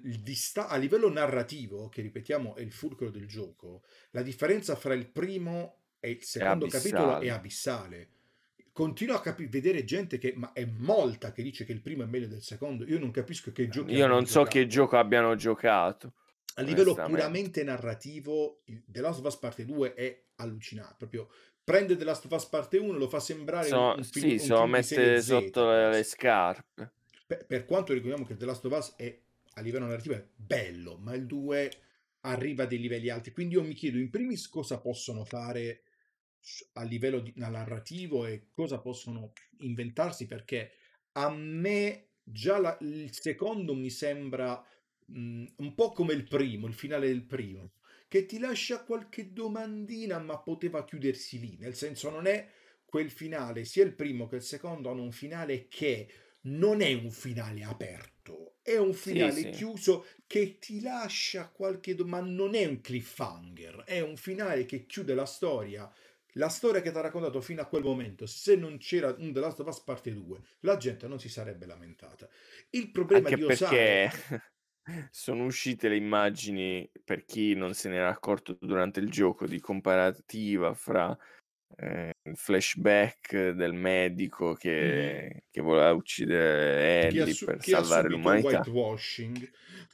a livello narrativo, che ripetiamo è il fulcro del gioco, la differenza fra il primo e il è secondo capitolo è abissale. abissale. Continuo a vedere gente ma è molta che dice che il primo è meglio del secondo. Io non capisco che giochi Io abbiano non so che giocato. gioco abbiano giocato, A livello onestamente. puramente narrativo, The Last of Us Parte 2 è allucinante. Proprio prende The Last of Us Parte 1 lo fa sembrare Sì, un so film di serie mettere sotto Z le quasi. scarpe. Per quanto ricordiamo che The Last of Us è a livello narrativo è bello, ma il 2 arriva a dei livelli alti. Quindi io mi chiedo in primis cosa possono fare a livello narrativo e cosa possono inventarsi, perché a me già il secondo mi sembra un po' come il primo, il finale del primo, che ti lascia qualche domandina, ma poteva chiudersi lì. Nel senso, non è quel finale, sia il primo che il secondo hanno un finale che non è un finale aperto, è un Sì, finale sì. chiuso che ti lascia qualche domanda, ma non è un cliffhanger, è un finale che chiude la storia che ti ha raccontato fino a quel momento. Se non c'era un The Last of Us parte 2, la gente non si sarebbe lamentata. Il problema Anche di osare... perché sono uscite le immagini, per chi non se n'era accorto durante il gioco, di comparativa fra il flashback del medico che voleva uccidere Ellie per Chi ha salvare subito l'umanità. whitewashing.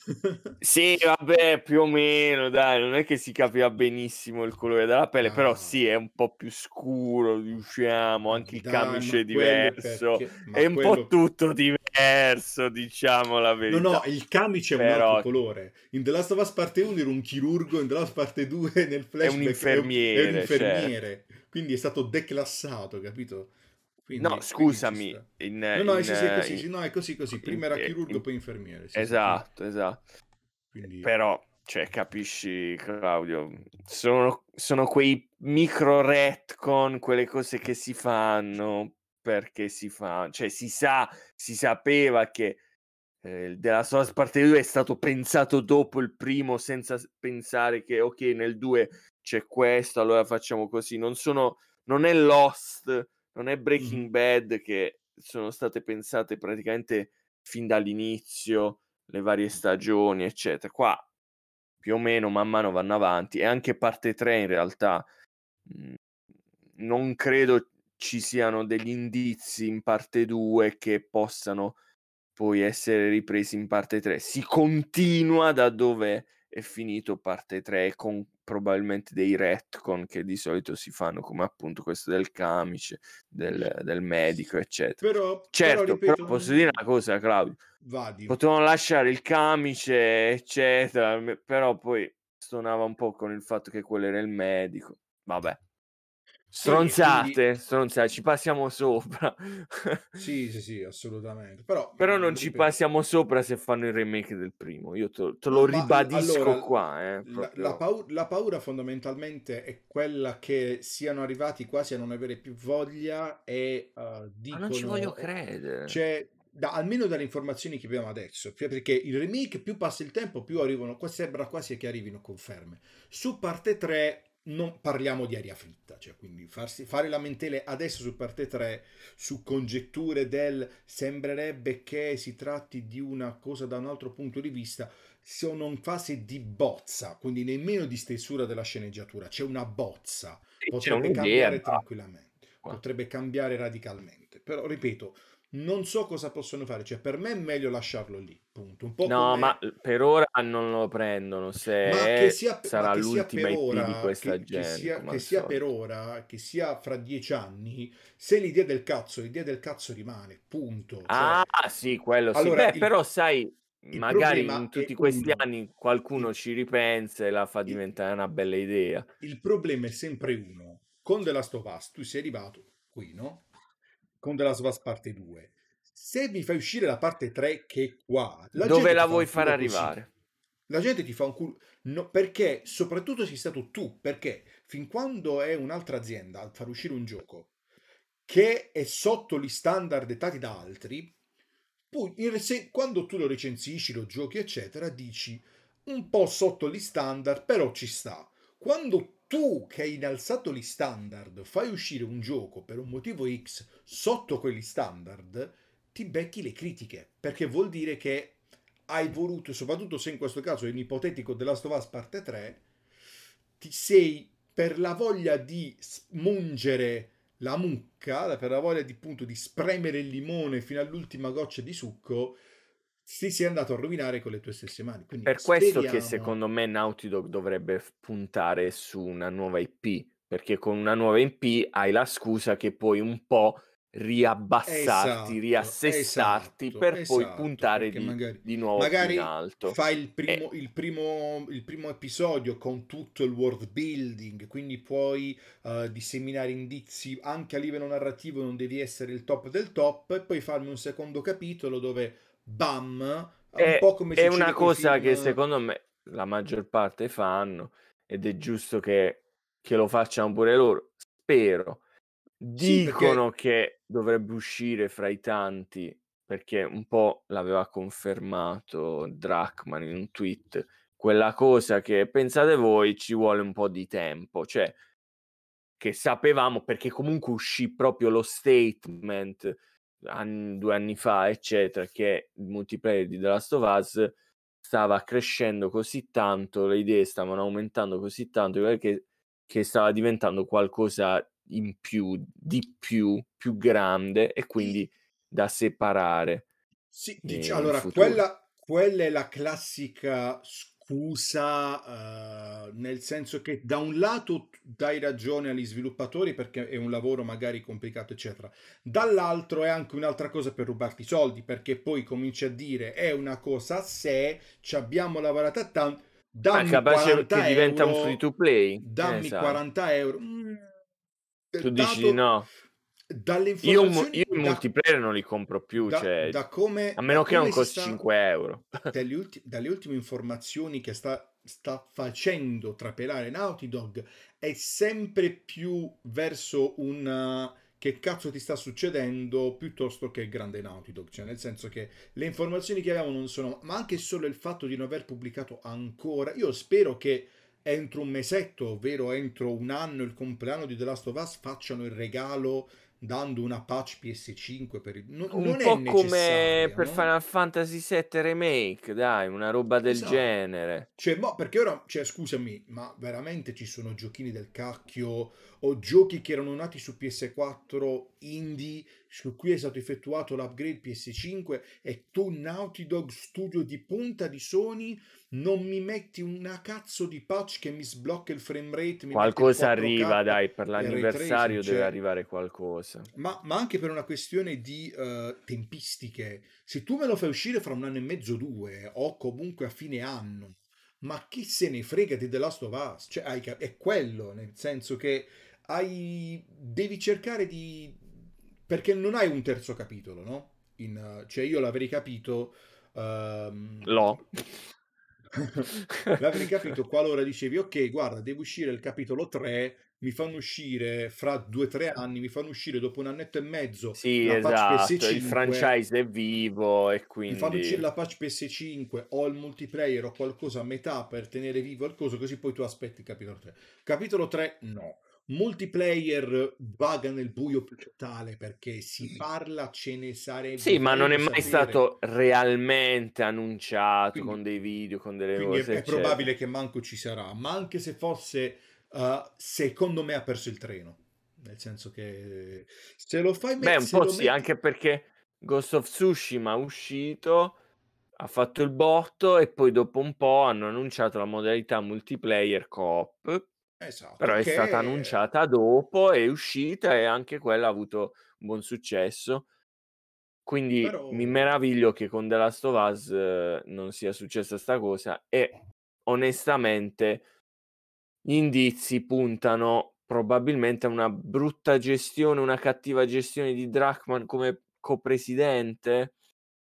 Sì, vabbè, più o meno, dai, non è che si capiva benissimo il colore della pelle, però Dai, sì, è un po' più scuro, diciamo, anche il dai, camice ma è quello è diverso, perché... è Ma un po' quello... tutto diverso, diciamo la No, no, verità. il camice è un altro Però colore. In The Last of Us Parte 1 era un chirurgo, in The Last of Us Parte 2 nel è un flashback è un infermiere, certo. infermiere. Quindi è stato declassato, capito? No, Quindi ci scusami, sta. No, no, sì, sì, è così, in sì, no, è così, così. Prima era chirurgo, in poi infermiere, sì, sì. esatto, esatto. Quindi... Però, cioè, capisci, Claudio, sono quei micro retcon, quelle cose che si fanno perché cioè si sapeva che della sua parte 2 è stato pensato dopo il primo senza pensare che ok, nel 2 c'è questo, allora facciamo così. Non è Lost, non è Breaking Mhm. Bad che sono state pensate praticamente fin dall'inizio, le varie stagioni, eccetera. Qua più o meno man mano vanno avanti e anche parte 3 in realtà mh, non credo ci siano degli indizi in parte 2 che possano poi essere ripresi in parte 3. Si continua da dove è finito parte 3 con probabilmente dei retcon che di solito si fanno, come appunto questo del camice, del medico, eccetera. Però Certo, però ripeto, posso dire una cosa, Claudio, vadi. potevano lasciare il camice, eccetera, però poi stonava un po' con il fatto che quello era il medico. Vabbè. Sì, e quindi Stronzate, ci passiamo sopra. sì, sì, sì, assolutamente. Però, Però non ci ripeto, passiamo sopra se fanno il remake del primo. Io te lo allora, ribadisco qua, proprio. la paura fondamentalmente è quella che siano arrivati quasi a non avere più voglia e Ma non ci voglio dicono, credere. cioè, almeno dalle informazioni che abbiamo adesso, perché il remake più passa il tempo, più arrivano, sembra quasi che arrivino conferme. Su parte 3 non parliamo di aria fritta, cioè quindi fare lamentele adesso su parte 3 su congetture del sembrerebbe che si tratti di una cosa da un altro punto di vista, sono in fase di bozza, quindi nemmeno di stesura della sceneggiatura, c'è una bozza, Sì, c'è potrebbe un'idea e cambiare basta tranquillamente, qua. potrebbe cambiare radicalmente, però ripeto, non so cosa possono fare, cioè per me è meglio lasciarlo lì, punto, un po' No, ma come per ora non lo prendono. ma Sarà che sia l'ultima per IP di ora, questa gente, come che al sia per solito. ora, che sia fra 10 anni, se l'idea del cazzo rimane, punto. Ah, Cioè, sì, quello sì. allora Beh, però sai, il magari in problema è tutti questi uno. anni qualcuno Il, ci ripensa e la fa il- diventare una bella idea. il problema è sempre uno. Con The Last of Us, tu sei arrivato qui, no? Con The Last of Us parte 2. Se mi fai uscire la parte 3 che è qua, la Dove gente ti la fa vuoi un far culo così. arrivare? La gente ti fa un culo. No, perché, soprattutto sei stato tu, perché fin quando è un'altra azienda a far uscire un gioco che è sotto gli standard dettati da altri, poi quando tu lo recensisci, lo giochi, eccetera, dici un po' sotto gli standard, però ci sta. Quando tu che hai innalzato gli standard fai uscire un gioco per un motivo X sotto quegli standard, ti becchi le critiche, perché vuol dire che hai voluto, soprattutto se in questo caso è un ipotetico The Last of Us parte 3, ti sei per la voglia di mungere la mucca, per la voglia di, appunto, di spremere il limone fino all'ultima goccia di succo, si sia andato a rovinare con le tue stesse mani. Quindi Per questo che speriamo. secondo me Naughty Dog dovrebbe puntare su una nuova IP, perché con una nuova IP hai la scusa che puoi un po' riabbassarti, riassestarti per poi Esatto, puntare perché magari, di nuovo più in magari alto. fai E il primo episodio con tutto il world building, quindi puoi disseminare indizi anche a livello narrativo, non devi essere il top del top, e poi farmi un secondo capitolo dove bam, un po' come è succede una con i cosa film. che secondo me la maggior parte fanno ed è giusto che lo facciano pure loro. Spero. Sì, Dicono perché che dovrebbe uscire fra i tanti, perché un po' l'aveva confermato Druckmann in un tweet, quella cosa che pensate voi ci vuole un po' di tempo, cioè che sapevamo perché comunque uscì proprio lo statement 2 anni fa, eccetera, che il multiplayer di The Last of Us stava crescendo così tanto, le idee stavano aumentando così tanto che stava diventando qualcosa in più, di più grande e I quindi da separare Sì, in allora futuro. quella è la classica scusa, nel senso che da un lato dai ragione agli sviluppatori perché è un lavoro magari complicato, eccetera. Dall'altro è anche un'altra cosa per rubarti i soldi, perché poi cominci a dire è una cosa a sé, ci abbiamo lavorato tanto, Ma è dammi capace che 40 diventa un free euro, to play, che ne dammi sai? 40 euro. Tu dici di Dato no? dalle Io informazioni, i multiplayer non li compro più, cioè, a da meno che non come si costi sta 5 euro. dalle ultime informazioni che sta facendo trapelare Naughty Dog è sempre più verso un che cazzo ti sta succedendo piuttosto che il grande Naughty Dog, cioè nel senso che le informazioni che avevamo non sono, ma anche solo il fatto di non aver pubblicato ancora, io spero che entro un mesetto, ovvero entro un anno, il compleanno di The Last of Us, facciano il regalo dando una patch PS5 Un non è po' come necessaria, per no? Final Fantasy VII Remake, dai, una roba del Esatto. genere. Cioè, perché ora, cioè, scusami, ma veramente ci sono giochini del cacchio o giochi che erano nati su PS4 indie su cui è stato effettuato l'upgrade PS5 e tu, Naughty Dog, studio di punta di Sony, non mi metti una cazzo di patch che mi sblocca il frame rate, mi mette il Qualcosa arriva, 4K dai, per e il ray tracing, l'anniversario deve cioè, arrivare qualcosa. ma anche per una questione di tempistiche. Se tu me lo fai uscire fra un anno e mezzo, due, o comunque a fine anno, ma chi se ne frega di The Last of Us? Cioè, è quello, nel senso che devi cercare di... perché non hai un terzo capitolo, no? Cioè, io l'avrei capito... ehm, L'ho. L'avrei capito qualora dicevi, ok, guarda, deve uscire il capitolo 3, mi fanno uscire fra 2 o 3 anni, mi fanno uscire dopo un annetto e mezzo Sì, la patch esatto, il PS5, franchise è vivo e mi fanno uscire quindi la patch PS5 o il multiplayer o qualcosa a metà per tenere vivo il coso, così poi tu aspetti il capitolo 3. Capitolo 3, no. Multiplayer vaga nel buio più totale perché si parla, ce ne sì, ma non vorremmo è mai sapere. stato realmente annunciato Quindi con dei video, con delle Quindi cose, è eccetera. probabile che manco ci sarà, ma anche se fosse, secondo me ha perso il treno. Nel senso che Beh, un se po' lo sì, metti... anche perché Ghost of Tsushima uscito, ha fatto il botto e poi dopo un po' hanno annunciato la modalità multiplayer co-op, però Esatto, è stata che annunciata dopo, è uscita e anche quella ha avuto un buon successo. Quindi però... mi meraviglio che con The Last of Us non sia successa 'sta cosa e onestamente gli indizi puntano probabilmente a una brutta gestione, una cattiva gestione di Druckmann come copresidente?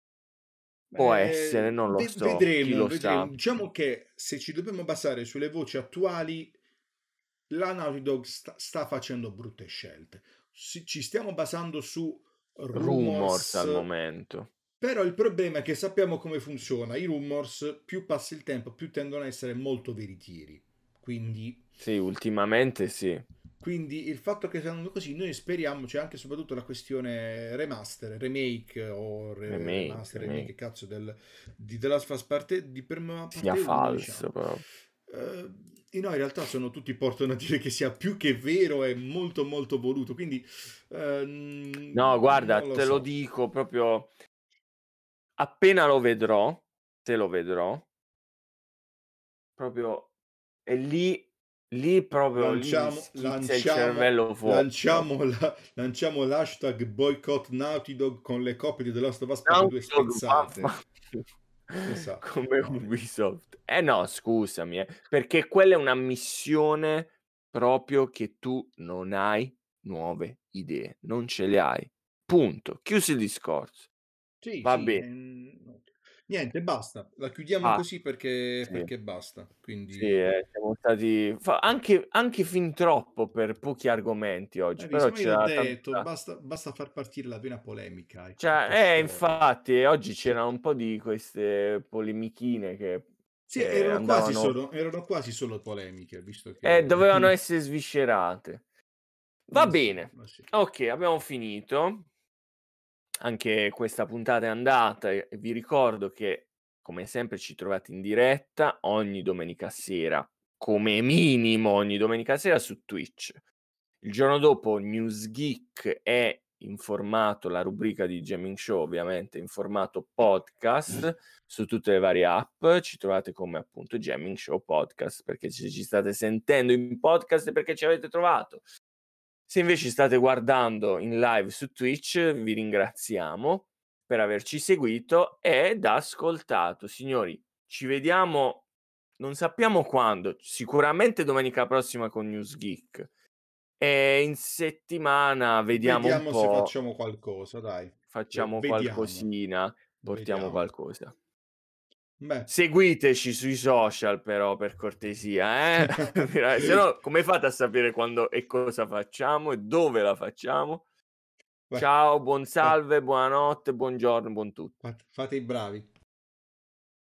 Può essere, non lo so, chi Vedremo, lo vedremo. sa. Diciamo che se ci dobbiamo basare sulle voci attuali, la Naughty Dog sta facendo brutte scelte. Ci stiamo basando su Rumors al rumors. momento. Però il problema è che sappiamo come funziona. I rumors, più passa il tempo, più tendono a essere molto veritieri. Quindi, Sì, ultimamente sì. quindi il fatto che siano così, noi speriamo, c'è anche e soprattutto la questione remaster, remake o remaster, remake, Remake. che cazzo, di The Last of Us parte, di prima Sia parte 1, falso diciamo. proprio. E no, in realtà sono tutti portano a dire che sia più che vero e molto molto voluto, quindi No, guarda, non lo te lo so. dico proprio appena lo vedrò, se lo vedrò, proprio e lì proprio lì mi Lanciamo, schizza il lanciamo, cervello fuori proprio. lanciamo l'hashtag boycott Naughty Dog con le copie di The Last of Us parte 2 Naughty Dog spezzate. vaffanculo, Esatto. come No, Ubisoft. Eh no, scusami, perché quella è una missione proprio che tu non hai nuove idee, non ce le hai. Punto. Chiuso il discorso. sì, Va sì. bene, Niente, basta. La chiudiamo ah, così sì. perché basta. Sì, Quindi, siamo stati anche fin troppo per pochi argomenti oggi, hai però visto, ma io ho c'era detto, tanta basta far partire la vena polemica, è tutto cioè storto. infatti oggi c'era un po' di queste polemichine Sì, che andavano erano quasi solo polemiche, visto che... dovevano essere sviscerate. Va Sì, bene, ma sì. okay, abbiamo finito. Anche questa puntata è andata e vi ricordo che, come sempre, ci trovate in diretta ogni domenica sera, come minimo ogni domenica sera su Twitch. Il giorno dopo Newsgeek è in formato, la rubrica di Gaming Show ovviamente, in formato podcast su tutte le varie app. Ci trovate come appunto Gaming Show Podcast, perché se ci state sentendo in podcast è perché ci avete trovato. Se invece state guardando in live su Twitch, vi ringraziamo per averci seguito ed ascoltato. Signori, ci vediamo, non sappiamo quando, sicuramente domenica prossima con Newsgeek. E in settimana vediamo un Vediamo se po', facciamo qualcosa, dai. facciamo Vediamo, qualcosina, portiamo vediamo. qualcosa. Beh. Seguiteci sui social però, per cortesia, se no come fate a sapere quando e cosa facciamo e dove la facciamo? Beh, Ciao, buon fa- salve, buonanotte, buongiorno, buon tutto. fate i bravi.